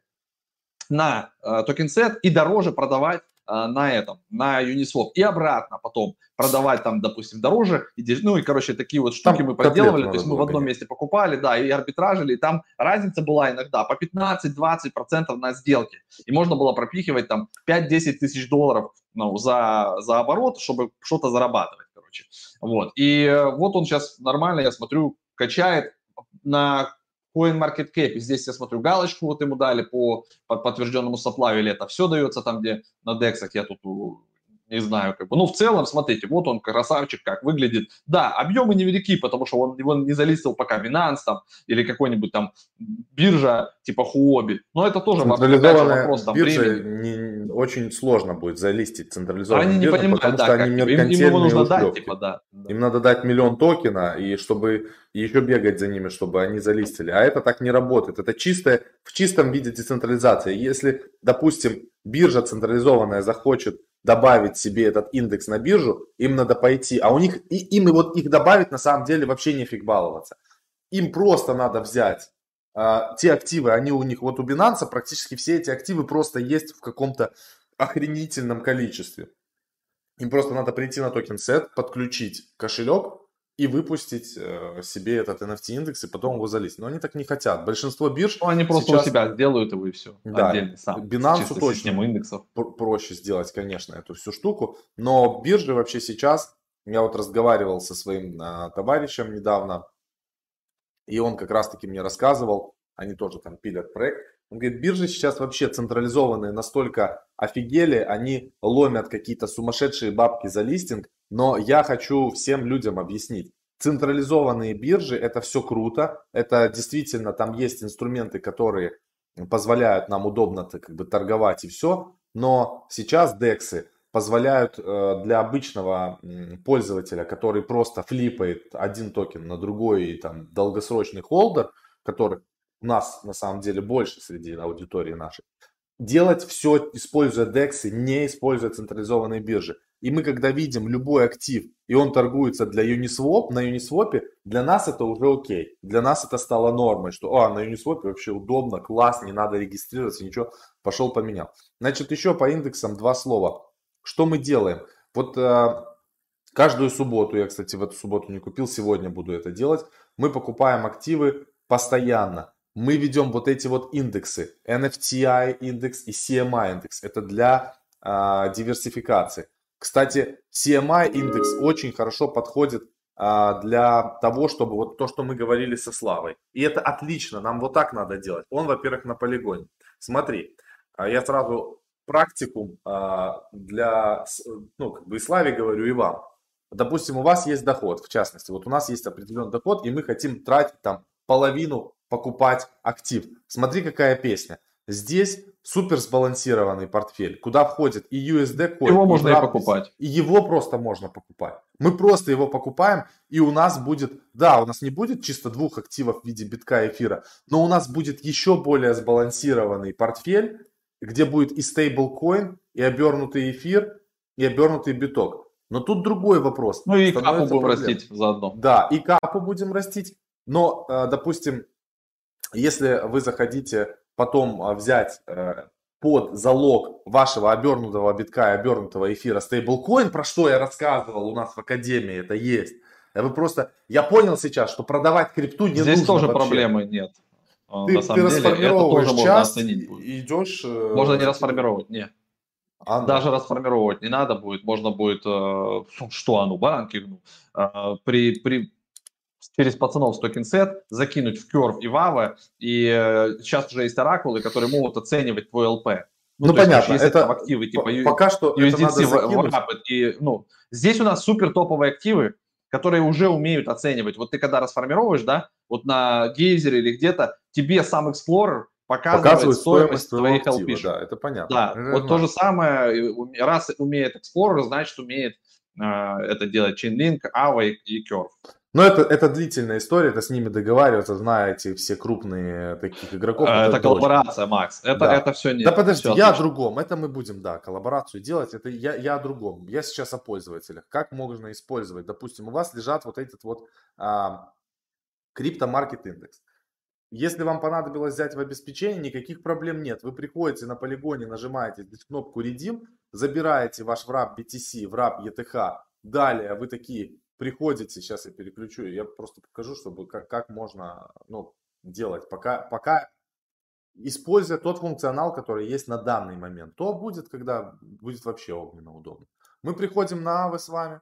B: на э, токен-сет и дороже продавать э, на этом, на Uniswap. И обратно потом продавать там, допустим, дороже. И, ну и, короче, такие вот штуки там мы проделывали. То есть мы в одном гонять. месте покупали, да, и арбитражили. И там разница была иногда по пятнадцать-двадцать процентов на сделке. И можно было пропихивать там пять-десять тысяч долларов ну, за, за оборот, чтобы что-то зарабатывать, короче. Вот. И вот он сейчас нормально, я смотрю, качает на CoinMarketCap. Здесь я смотрю, галочку вот ему дали по, по подтвержденному соплаве, или это все дается там, где на дексах я тут не знаю, как бы. Ну, в целом, смотрите, вот он, красавчик, как выглядит. Да, объемы невелики, потому что он его не залистил пока Binance там, или какой-нибудь там биржа типа Huobi. Но это тоже вопрос там
A: времени. Не, очень сложно будет залистить централизованную
B: они
A: биржу,
B: не понимают,
A: потому
B: да,
A: что они
B: им, им его нужно дать, типа, да.
A: Им надо дать миллион токена, и чтобы и еще бегать за ними, чтобы они залистили. А это так не работает. Это чистое, в чистом виде децентрализация. Если, допустим, биржа централизованная захочет добавить себе этот индекс на биржу, им надо пойти, а у них, и, им и вот их добавить на самом деле вообще нефиг баловаться. Им просто надо взять а, те активы, они у них, вот у Binance практически все эти активы просто есть в каком-то охренительном количестве. Им просто надо прийти на токен сет, подключить кошелек и выпустить э, себе этот эн эф ти индекс и потом его залить. Но они так не хотят. Большинство бирж
B: Ну, они просто
A: сейчас...
B: у себя сделают его и все.
A: Да,
B: Отдельно сам.
A: Binance
B: Чисто
A: точно
B: систему индексов.
A: проще сделать, конечно, эту всю штуку. Но биржи вообще сейчас... Я вот разговаривал со своим а, товарищем недавно, и он как раз-таки мне рассказывал, они тоже там пилят проект. Он говорит, биржи сейчас вообще централизованные настолько офигели, они ломят какие-то сумасшедшие бабки за листинг, но я хочу всем людям объяснить. Централизованные биржи, это все круто, это действительно там есть инструменты, которые позволяют нам удобно как бы торговать и все, но сейчас дексы позволяют э, для обычного м, пользователя, который просто флипает один токен на другой, и там долгосрочный холдер, который у нас на самом деле больше среди аудитории нашей, делать все, используя дексы, не используя централизованные биржи. И мы, когда видим любой актив, и он торгуется для Uniswap, на Uniswap, для нас это уже окей. Для нас это стало нормой, что а, на Uniswap вообще удобно, класс, не надо регистрироваться, ничего, пошел поменял. Значит, еще по индексам два слова. Что мы делаем? Вот э, каждую субботу, я, кстати, в эту субботу не купил, сегодня буду это делать, мы покупаем активы постоянно. Мы ведем вот эти вот индексы, эн эф ти ай индекс и си эм ай индекс. Это для э, диверсификации. Кстати, си эм ай индекс очень хорошо подходит э, для того, чтобы вот то, что мы говорили со Славой. И это отлично, нам вот так надо делать. Он, во-первых, на полигоне. Смотри, э, я сразу практикум э, для, ну, как бы и Славе говорю, и вам. Допустим, у вас есть доход, в частности, вот у нас есть определенный доход, и мы хотим тратить там половину, покупать актив. Смотри, какая песня. Здесь супер сбалансированный портфель, куда входит и ю эс ди Coin,
B: Его
A: и
B: можно и
A: Wrapped,
B: покупать.
A: и его просто можно покупать. Мы просто его покупаем, и у нас будет, да, у нас не будет чисто двух активов в виде битка и эфира, но у нас будет еще более сбалансированный портфель, где будет и стейблкоин, и обернутый эфир, и обернутый биток. Но тут другой вопрос.
B: Ну и капу будем
A: проблемой.
B: растить заодно.
A: Да, и капу будем растить. Но, допустим, если вы захотите потом взять под залог вашего обернутого битка и обернутого эфира стейблкоин, про что я рассказывал у нас в академии, это есть. Вы просто, я понял сейчас, что продавать крипту не
B: Здесь
A: нужно
B: тоже
A: вообще.
B: проблемы нет.
A: Ты,
B: На самом
A: ты
B: деле, это тоже можно
A: часть,
B: оценить будет.
A: идешь...
B: Можно не расформировать, не.
A: А, ну.
B: Даже расформировать не надо будет. Можно будет, э, что оно, банки, э, при, при, через пацанов с токен сет закинуть в Curve и Vava. И э, сейчас уже есть оракулы, которые могут оценивать твой эл пи.
A: Ну, ну понятно,
B: есть, если
A: это
B: там активы типа
A: пока что
B: ю эс ди си,
A: это надо закинуть.
B: Rapid, и, ну, здесь у нас супер топовые активы, которые уже умеют оценивать. Вот ты когда расформируешь, да, вот на Гейзере или где-то, тебе сам Explorer показывает, показывает стоимость, стоимость твоих эл пи.
A: Да, это понятно.
B: Да,
A: это
B: вот
A: знаю.
B: то же самое, раз умеет Explorer, значит умеет э, это делать Chainlink, Aave и Curve.
A: Но это, это длительная история, это с ними договариваться, знаете, все крупные таких игроков.
B: Это, это коллаборация, Макс, это,
A: да.
B: это все не...
A: Да подожди,
B: все
A: я
B: отлично.
A: о другом, это мы будем, да, коллаборацию делать, это я, я о другом. Я сейчас о пользователях. Как можно использовать? Допустим, у вас лежат вот этот вот а, криптомаркет индекс. Если вам понадобилось взять в обеспечение, никаких проблем нет. Вы приходите на полигоне, нажимаете здесь кнопку Redeem, забираете ваш врап би ти си, врап и ти эйч, далее вы такие приходите, сейчас я переключу, я просто покажу, чтобы как, как можно ну, делать, пока, пока используя тот функционал, который есть на данный момент. То будет, когда будет вообще огненно удобно. Мы приходим на Aave с вами.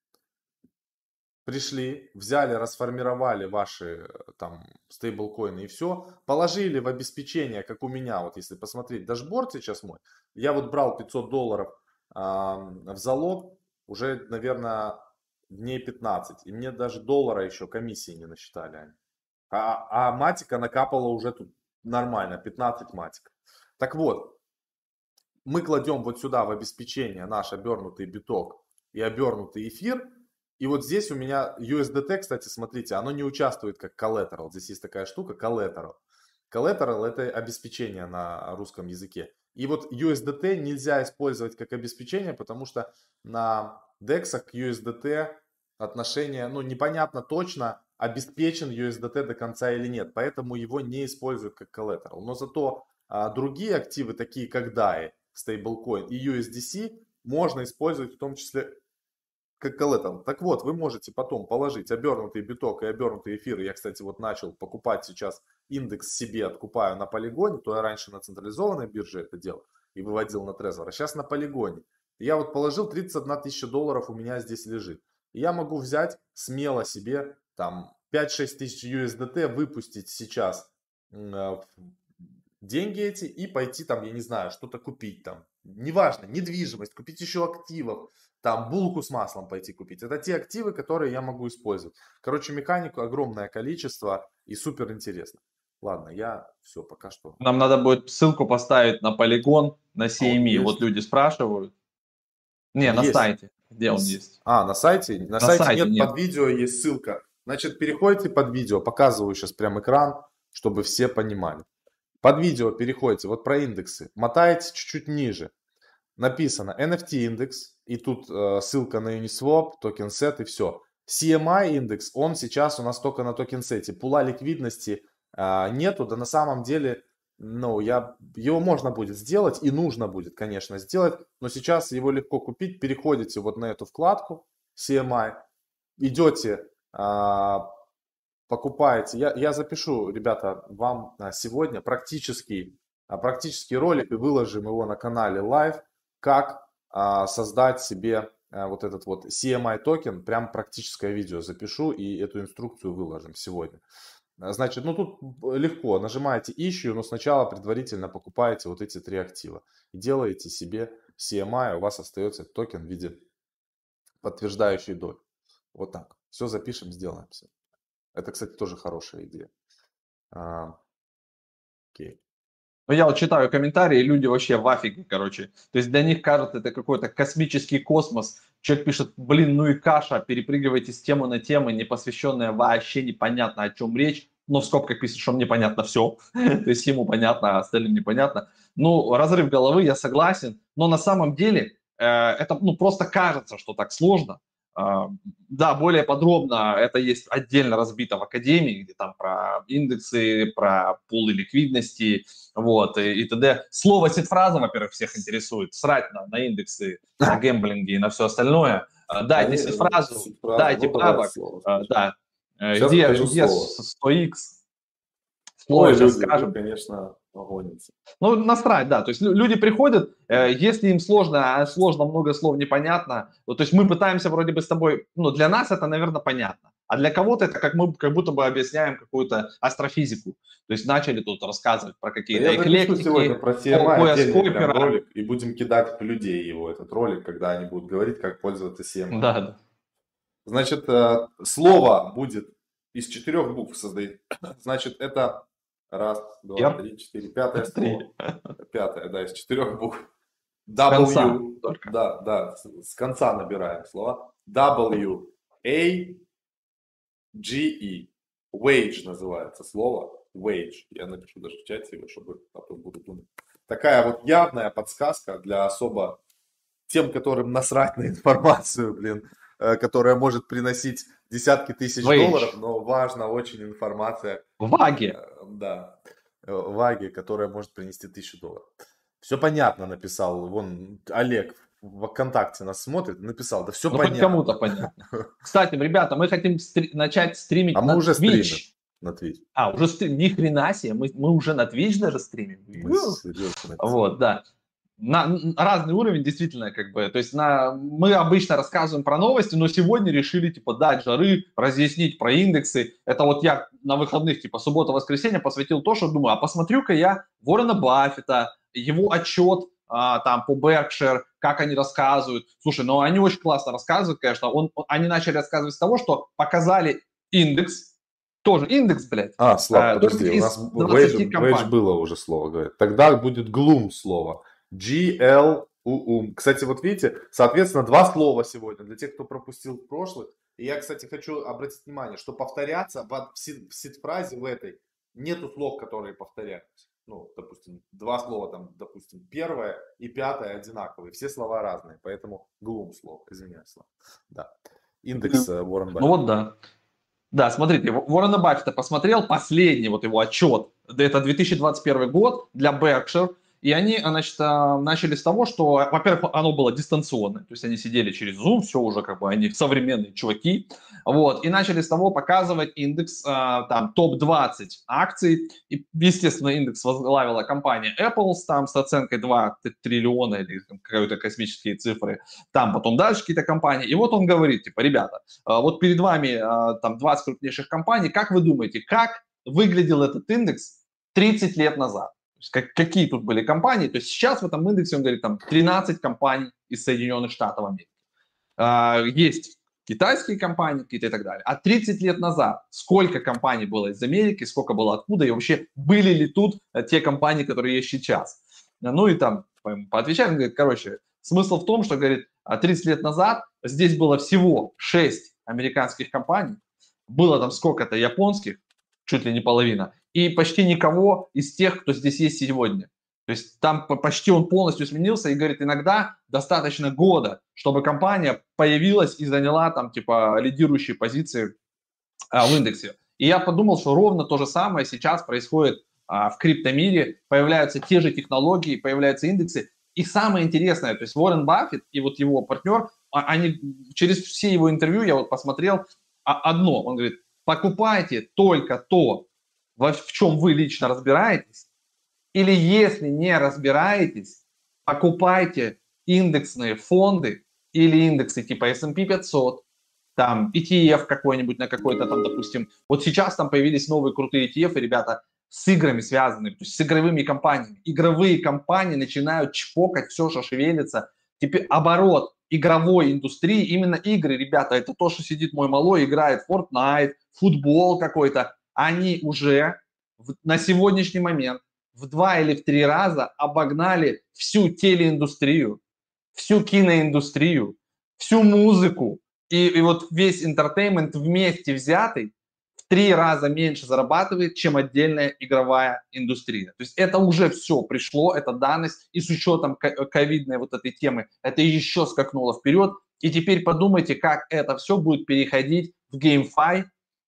A: Пришли, взяли, расформировали ваши там стейблкоины и все, положили в обеспечение, как у меня, вот если посмотреть дашборд сейчас мой, я вот брал пятьсот долларов э, в залог уже, наверное, дней пятнадцать, и мне даже доллара еще комиссии не насчитали они. А, а матика накапала уже тут нормально, пятнадцать матик. Так вот, мы кладем вот сюда в обеспечение наш обернутый биток и обернутый эфир. И вот здесь у меня ю эс ди ти, кстати, смотрите, оно не участвует как collateral. Здесь есть такая штука, collateral. Collateral – это обеспечение на русском языке. И вот ю эс ди ти нельзя использовать как обеспечение, потому что на дексах к ю эс ди ти отношение, ну, непонятно точно, обеспечен ю эс ди ти до конца или нет. Поэтому его не используют как collateral. Но зато а, другие активы, такие как дай, стейблкоин, и ю эс ди си можно использовать в том числе как коллатерал. Так вот, вы можете потом положить обернутый биток и обернутый эфир. Я, кстати, вот начал покупать сейчас индекс себе, откупаю на полигоне. То я раньше на централизованной бирже это делал и выводил на Trezor, а сейчас на полигоне. Я вот положил тридцать одна тысяча долларов, у меня здесь лежит. И я могу взять смело себе там пять-шесть тысяч ю эс ди ти, выпустить сейчас э, деньги эти и пойти там, я не знаю, что-то купить там. Неважно, недвижимость, купить еще активов, там булку с маслом пойти купить. Это те активы, которые я могу использовать. Короче, механику огромное количество и супер интересно. Ладно, я все, пока что.
B: Нам надо будет ссылку поставить на полигон, на си эм и.
A: А
B: вот люди спрашивают. Не,
A: он
B: на
A: есть.
B: сайте. Где он есть?
A: А, на сайте? На,
B: на
A: сайте,
B: сайте
A: нет,
B: нет,
A: под видео есть ссылка. Значит, переходите под видео, показываю сейчас прям экран, чтобы все понимали. Под видео переходите, вот про индексы, мотаете чуть-чуть ниже. Написано эн эф ти индекс, и тут э, ссылка на Uniswap, TokenSet и все. си эм ай индекс, он сейчас у нас только на TokenSet. Пула ликвидности э, нету, да на самом деле, ну, я, его можно будет сделать и нужно будет, конечно, сделать, но сейчас его легко купить. Переходите вот на эту вкладку си эм ай, идете, э, покупаете. Я, я запишу, ребята, вам сегодня практический, практический ролик и выложим его на канале Live, как а, создать себе а, вот этот вот си эм ай токен, прям практическое видео запишу и эту инструкцию выложим сегодня. Значит, ну тут легко, нажимаете Issue, но сначала предварительно покупаете вот эти три актива и делаете себе си эм ай, у вас остается токен в виде подтверждающей доли. Вот так. Все запишем, сделаем все. Это, кстати, тоже хорошая идея. А, окей.
B: Ну, я вот читаю комментарии, люди вообще в афиге, короче. То есть для них кажется, это какой-то космический космос. Человек пишет, блин, ну и каша, перепрыгивайте с темы на темы, не посвященная вообще непонятно о чем речь. Но в скобках пишет, что мне понятно все. То есть ему понятно, а остальным непонятно. Ну, разрыв головы, я согласен. Но на самом деле э, это ну, просто кажется, что так сложно. Uh, да, более подробно это есть отдельно разбито в Академии, где там про индексы, про пулы ликвидности, вот, и, и т.д. Слово сид-фраза, во-первых, всех интересует, срать на, на индексы, на гэмблинги и на все остальное. Uh, дайте сид-фразу, дайте бабок, uh, да, где, где сто икс, слово
A: Ой,
B: сейчас
A: люди,
B: скажем.
A: Вы, конечно, гонится.
B: Ну, насрать, да. То есть люди приходят, э, если им сложно, а сложно, много слов непонятно. Вот, то есть мы пытаемся вроде бы с тобой, ну, для нас это, наверное, понятно. А для кого-то это как мы как будто бы объясняем какую-то астрофизику. То есть начали тут рассказывать про какие-то
A: Я
B: эклектики,
A: сегодня про си эм ай
B: пояс
A: отдельный прям
B: Койпера.
A: ролик, и будем кидать в людей его, этот ролик, когда они будут говорить, как пользоваться си эм ай.
B: Да, да.
A: Значит, э, слово будет из четырех букв создать. Значит, это раз, два,
B: Ер?
A: три, четыре, пятое
B: Три.
A: слово. Пятое, да, из четырех букв.
B: конца
A: W,
B: только.
A: да, да, с, с конца набираем слова. W, A, G, E. Wage называется слово. Wage. Я напишу даже в чате его, чтобы потом буду думать. Такая вот явная подсказка для особо тем, которым насрать на информацию, блин, которая может приносить десятки тысяч
B: Wage.
A: долларов, но важна очень информация.
B: Ваги.
A: Да, ваги, которая может принести тысячу долларов. Все понятно, написал. Вон Олег в ВКонтакте нас смотрит, написал, да все
B: ну,
A: понятно.
B: хоть кому-то понятно. Кстати, ребята, мы хотим стри- начать стримить
A: а
B: на
A: мы уже
B: Twitch.
A: стримим на Twitch.
B: А, уже стрим... Ни хрена себе, мы, мы уже на Twitch даже стримим.
A: Мы серьезно.
B: Вот, да. На, на разный уровень, действительно, как бы, то есть на, мы обычно рассказываем про новости, но сегодня решили, типа, дать жары, разъяснить про индексы. Это вот я на выходных, типа, суббота-воскресенье посвятил то, что думаю, а посмотрю-ка я Уоррена Баффета, его отчет а, там по Berkshire, как они рассказывают. Слушай, ну они очень классно рассказывают, конечно. Он, он, они начали рассказывать с того, что показали индекс, тоже индекс, блядь.
A: А, Слав,
B: а,
A: подожди, у нас wage, wage было уже слово, говорит. Тогда будет gloom слово. G L U M. Кстати, вот видите, соответственно, два слова сегодня для тех, кто пропустил в прошлых. И я, кстати, хочу обратить внимание, что повторяться в сид-фразе в этой нету слов, которые повторяются. Ну, допустим, два слова там, допустим, первое и пятое одинаковые. Все слова разные, поэтому gloom слово, извиняюсь, Слав. Да. Индекс uh, Уоррен Баффета.
B: Ну вот да. Да, смотрите, Уоррена Баффета посмотрел последний вот его отчет. Это две тысячи двадцать первый год для Berkshire. И они, значит, начали с того, что, во-первых, оно было дистанционное, то есть они сидели через Zoom, все уже как бы, они современные чуваки, вот, и начали с того показывать индекс, там, топ двадцать акций, и, естественно, индекс возглавила компания Apple, там, с оценкой два триллиона или какие-то космические цифры, там потом дальше какие-то компании, и вот он говорит, типа, ребята, вот перед вами, там, двадцать крупнейших компаний, как вы думаете, как выглядел этот индекс тридцать лет назад? Как, какие тут были компании? То есть сейчас в этом индексе, он говорит, там тринадцать компаний из Соединенных Штатов Америки. А, есть китайские компании какие-то и так далее. А тридцать лет назад сколько компаний было из Америки, сколько было откуда, и вообще были ли тут те компании, которые есть сейчас? Ну и там поотвечали, он говорит, короче, смысл в том, что, говорит, тридцать лет назад здесь было всего шесть американских компаний, было там сколько-то японских, чуть ли не половина, и почти никого из тех, кто здесь есть сегодня. То есть там почти он полностью сменился, и говорит, иногда достаточно года, чтобы компания появилась и заняла там типа лидирующие позиции а, в индексе. И я подумал, что ровно то же самое сейчас происходит а, в криптомире, появляются те же технологии, появляются индексы. И самое интересное, то есть Уоррен Баффет и вот его партнер, они через все его интервью, я вот посмотрел, одно, он говорит, покупайте только то, в чем вы лично разбираетесь, или если не разбираетесь, покупайте индексные фонды или индексы типа эс энд пи пятьсот, там и ти эф какой-нибудь на какой-то там, допустим, вот сейчас там появились новые крутые и ти эф, ребята, с играми связанными, то есть с игровыми компаниями. Игровые компании начинают чпокать все, что шевелится. Теперь оборот игровой индустрии, именно игры, ребята, это то, что сидит мой малой, играет в Fortnite, футбол какой-то, они уже в, на сегодняшний момент в два или в три раза обогнали всю телеиндустрию, всю киноиндустрию, всю музыку и, и вот весь интертеймент вместе взятый в три раза меньше зарабатывает, чем отдельная игровая индустрия. То есть это уже все пришло, это данность, и с учетом ковидной вот этой темы это еще скакнуло вперед. И теперь подумайте, как это все будет переходить в GameFi,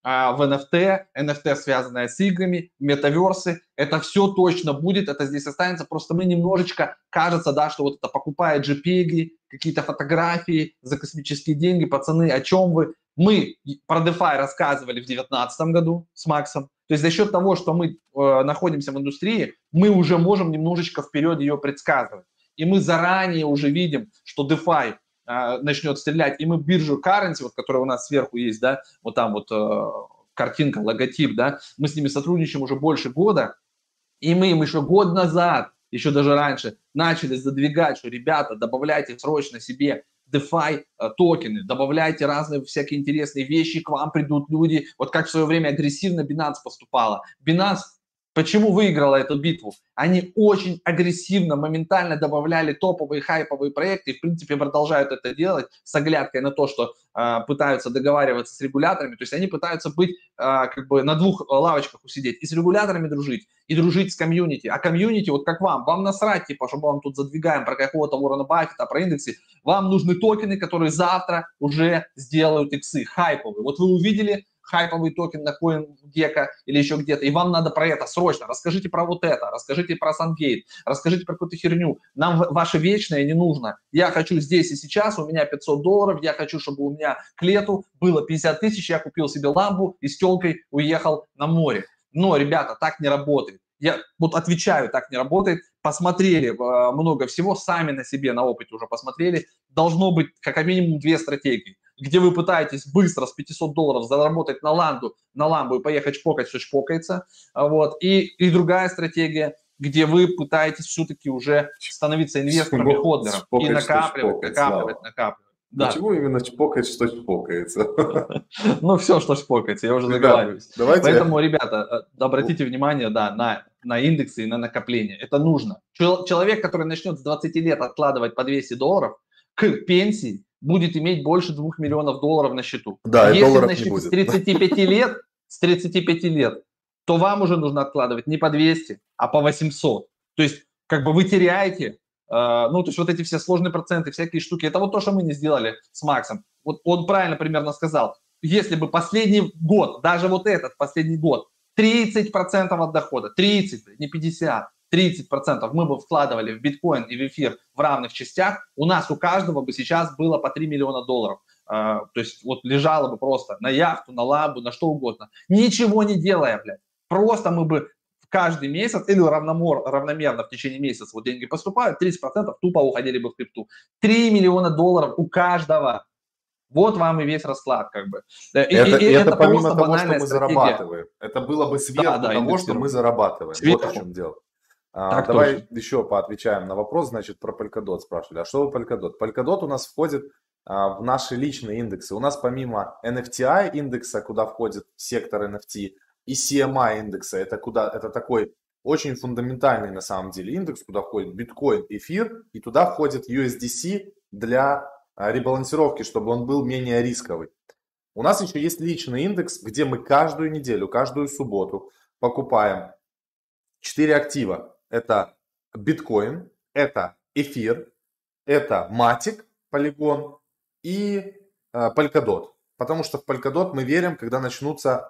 B: в эн эф ти, эн эф ти, связанное с играми, метаверсы, это все точно будет, это здесь останется, просто мы немножечко, кажется, да, что вот это покупая джей пи джи, какие-то фотографии за космические деньги, пацаны, о чем вы? Мы про DeFi рассказывали в две тысячи девятнадцатом году с Максом, то есть за счет того, что мы э, находимся в индустрии, мы уже можем немножечко вперед ее предсказывать, и мы заранее уже видим, что DeFi начнет стрелять, и мы биржу Currency, вот, которая у нас сверху есть, да, вот там вот э, картинка, логотип, да, мы с ними сотрудничаем уже больше года, и мы им еще год назад, еще даже раньше, начали задвигать, что, ребята, добавляйте срочно себе DeFi э, токены, добавляйте разные всякие интересные вещи, к вам придут люди, вот как в свое время агрессивно Binance поступала. Binance почему выиграла эту битву? Они очень агрессивно, моментально добавляли топовые, хайповые проекты и, в принципе, продолжают это делать с оглядкой на то, что э, пытаются договариваться с регуляторами. То есть они пытаются быть э, как бы на двух лавочках усидеть. И с регуляторами дружить, и дружить с комьюнити. А комьюнити, вот как вам, вам насрать, типа, чтобы вам тут задвигаем про какого-то Уоррена Баффета, про индексы. Вам нужны токены, которые завтра уже сделают иксы, хайповые. Вот вы увидели хайповый токен на CoinGecko или еще где-то, и вам надо про это срочно, расскажите про вот это, расскажите про SunGate, расскажите про какую-то херню, нам ваше вечное не нужно, я хочу здесь и сейчас, у меня пятьсот долларов, я хочу, чтобы у меня к лету было пятьдесят тысяч, я купил себе ламбу и с телкой уехал на море. Но, ребята, так не работает. Я вот отвечаю, так не работает. Посмотрели э, много всего, сами на себе, на опыте уже посмотрели. Должно быть как минимум две стратегии, где вы пытаетесь быстро с пятисот долларов заработать на ламбу, на ламбу и поехать шпокать, все шпокается. Вот. И, и другая стратегия, где вы пытаетесь все-таки уже становиться инвестором и ходлером и накапливать, накапливать, накапливать.
A: Да. Почему именно чпокает, что чпокается?
B: Ну, все, что чпокается, я уже заговариваюсь. Поэтому, ребята, обратите внимание, да, на, на индексы и на накопление. Это нужно. Человек, который начнет с двадцати лет откладывать по двести долларов, к пенсии будет иметь больше двух миллионов долларов на счету.
A: Да, и долларов
B: Если
A: не будет.
B: С тридцати пяти лет, с тридцати пяти лет, то вам уже нужно откладывать не по двести, а по восемьсот. То есть, как бы вы теряете. Ну, то есть вот эти все сложные проценты, всякие штуки, это вот то, что мы не сделали с Максом. Вот он правильно примерно сказал, если бы последний год, даже вот этот последний год, тридцать процентов от дохода, тридцать, не пятьдесят, тридцать процентов мы бы вкладывали в биткоин и в эфир в равных частях, у нас у каждого бы сейчас было по три миллиона долларов. Uh, то есть вот лежало бы просто на яхту, на ламбу, на что угодно. Ничего не делая, блядь. Просто мы бы каждый месяц или равномер, равномерно в течение месяца вот деньги поступают, тридцать процентов тупо уходили бы в крипту. три миллиона долларов у каждого. Вот вам и весь расклад, как бы.
A: И, это, и, и это, это помимо того, что мы стратегия. зарабатываем. Это было бы сверху да, да, того, что мы зарабатываем. Сверху. Вот в чем дело. А, давай точно. Еще поотвечаем на вопрос, значит, про Polkadot спрашивали. А что вы Polkadot? Polkadot у нас входит а, в наши личные индексы. У нас помимо эн эф ти ай индекса, куда входит сектор эн эф ти, и си эм ай индекса, это, куда, это такой очень фундаментальный на самом деле индекс, куда входит биткоин, эфир, и туда входит ю эс ди си для а, ребалансировки, чтобы он был менее рисковый. У нас еще есть личный индекс, где мы каждую неделю, каждую субботу покупаем четыре актива. Это биткоин, это эфир, это матик, полигон и э, Polkadot. Потому что в Polkadot мы верим, когда начнутся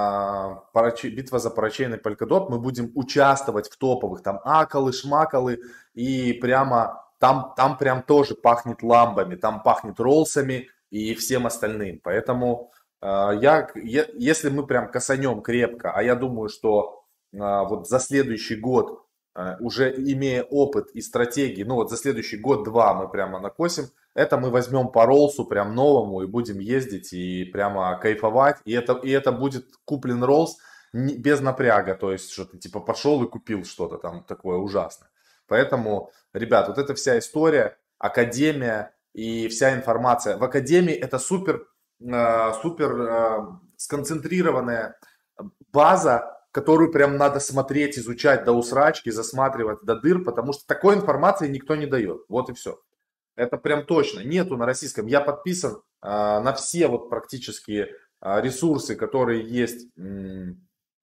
A: э, парачи, битва за парачейный Polkadot, мы будем участвовать в топовых, там акалы, шмакалы, и прямо там, там прям тоже пахнет ламбами, там пахнет роллсами и всем остальным. Поэтому э, я, я, если мы прям косанем крепко, а я думаю, что э, вот за следующий год, уже имея опыт и стратегии, ну вот за следующий год-два мы прямо накосим, это мы возьмем по роллсу прям новому и будем ездить и прямо кайфовать. И это, и это будет куплен роллс без напряга, то есть что ты типа пошел и купил что-то там такое ужасное. Поэтому, ребят, вот эта вся история, академия и вся информация. В академии это супер, э, супер э, сконцентрированная база, которую прям надо смотреть, изучать до усрачки, засматривать до дыр, потому что такой информации никто не дает. Вот и все. Это прям точно. Нету на российском. Я подписан э, на все вот практически э, ресурсы, которые есть м-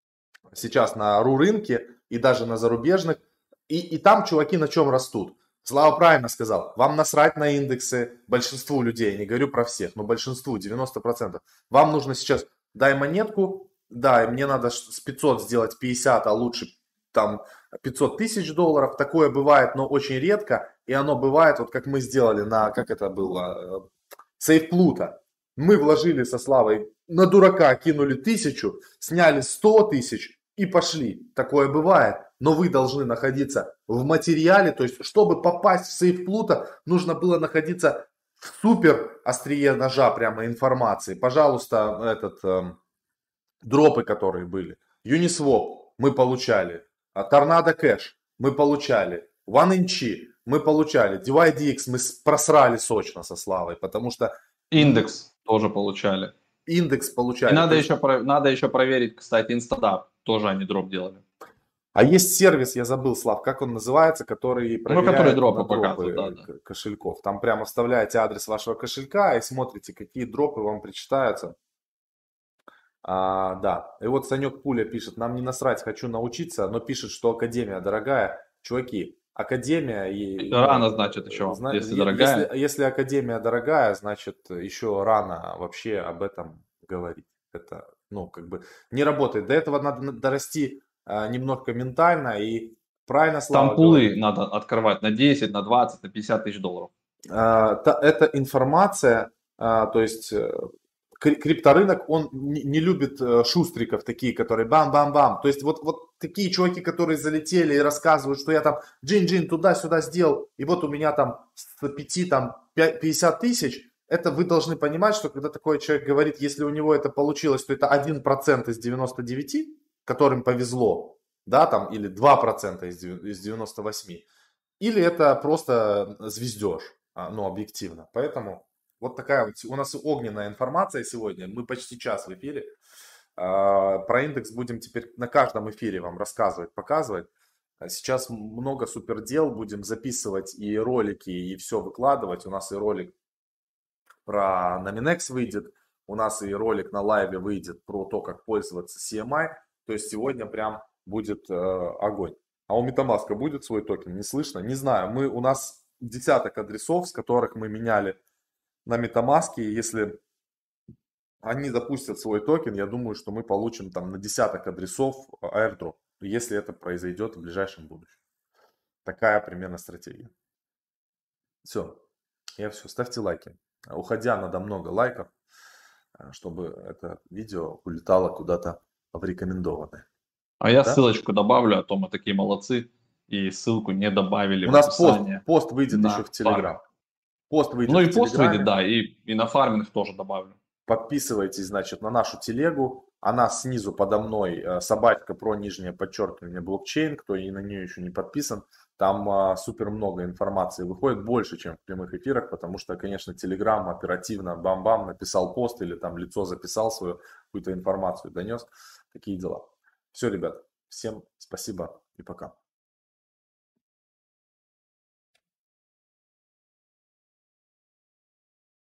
A: сейчас на ру-рынке и даже на зарубежных. И, и там чуваки на чем растут. Слава правильно сказал. Вам насрать на индексы большинству людей. Не говорю про всех, но большинству, девяносто процентов. Вам нужно сейчас дай монетку. Да, мне надо с пятьсот сделать пятьдесят, а лучше там пятьсот тысяч долларов. Такое бывает, но очень редко. И оно бывает, вот как мы сделали на, как это было, сейфплута. Мы вложили со Славой на дурака, кинули тысячу, сняли сто тысяч и пошли. Такое бывает. Но вы должны находиться в материале. То есть, чтобы попасть в сейфплута, нужно было находиться в супер острие ножа прямо информации. Пожалуйста, этот... дропы, которые были. Uniswap мы получали. Tornado Cash мы получали. OneInch мы получали. ди вай ди экс мы просрали сочно со Славой, потому что...
B: Индекс тоже получали.
A: Индекс получали.
B: И надо, есть... еще, надо еще проверить, кстати, Instadap. Тоже они дроп делали.
A: А есть сервис, я забыл, Слав, как он называется, который проверяет
B: ну, который дропы,
A: дропы
B: показывает, да, да.
A: кошельков. Там прямо вставляете адрес вашего кошелька и смотрите, какие дропы вам причитаются. А, да, и вот Санек Пуля пишет, нам не насрать, хочу научиться, но пишет, что академия дорогая. Чуваки, академия... И,
B: рано, значит, еще,
A: зна...
B: если дорогая.
A: Если, если академия дорогая, значит, еще рано вообще об этом говорить. Это, ну, как бы не работает. До этого надо дорасти а, немножко ментально и правильно Слава
B: Там пулы
A: говорит.
B: надо открывать на десять, на двадцать, на пятьдесят тысяч долларов.
A: А, та, эта информация, а, то есть... Крипторынок, он не любит шустриков, такие, которые бам-бам-бам. То есть вот, вот такие чуваки, которые залетели и рассказывают, что я там джин-джин туда-сюда сделал, и вот у меня там с пяти, там пятьдесят тысяч. Это вы должны понимать, что когда такой человек говорит, если у него это получилось, то это один процент из девяноста девяти, которым повезло, да, там, или два процента из девяноста восьми. Или это просто звездеж, ну, объективно. Поэтому... Вот такая вот у нас огненная информация сегодня. Мы почти час в эфире. Про индекс будем теперь на каждом эфире вам рассказывать, показывать. Сейчас много супер дел. Будем записывать и ролики, и все выкладывать. У нас и ролик про Nominex выйдет. У нас и ролик на лайве выйдет про то, как пользоваться си эм ай. То есть сегодня прям будет огонь. А у MetaMask будет свой токен? Не слышно? Не знаю. Мы, у нас десяток адресов, с которых мы меняли на MetaMask, если они запустят свой токен, я думаю, что мы получим там на десяток адресов airdrop. если это произойдет в ближайшем будущем. Такая примерно стратегия. Все, я все. Ставьте лайки. Уходя, надо много лайков, чтобы это видео улетало куда-то в рекомендованное.
B: А я
A: Да?
B: ссылочку добавлю, а то мы такие молодцы, и ссылку не добавили
A: У
B: в
A: нас пост,
B: описание
A: пост выйдет еще
B: на
A: в Телеграм.
B: фарминг.
A: Пост выйдет
B: Ну
A: в
B: и пост выйдет,
A: Телеграме.
B: да, и, и на фарминг тоже добавлю.
A: Подписывайтесь, значит, на нашу телегу. Она снизу подо мной, собачка про нижнее подчеркивание блокчейн. Кто и на нее еще не подписан, там а, супер много информации выходит, больше, чем в прямых эфирах, потому что, конечно, Телеграм оперативно бам-бам написал пост или там лицо записал свою какую-то информацию, донес. Такие дела. Все, ребят, всем спасибо и пока.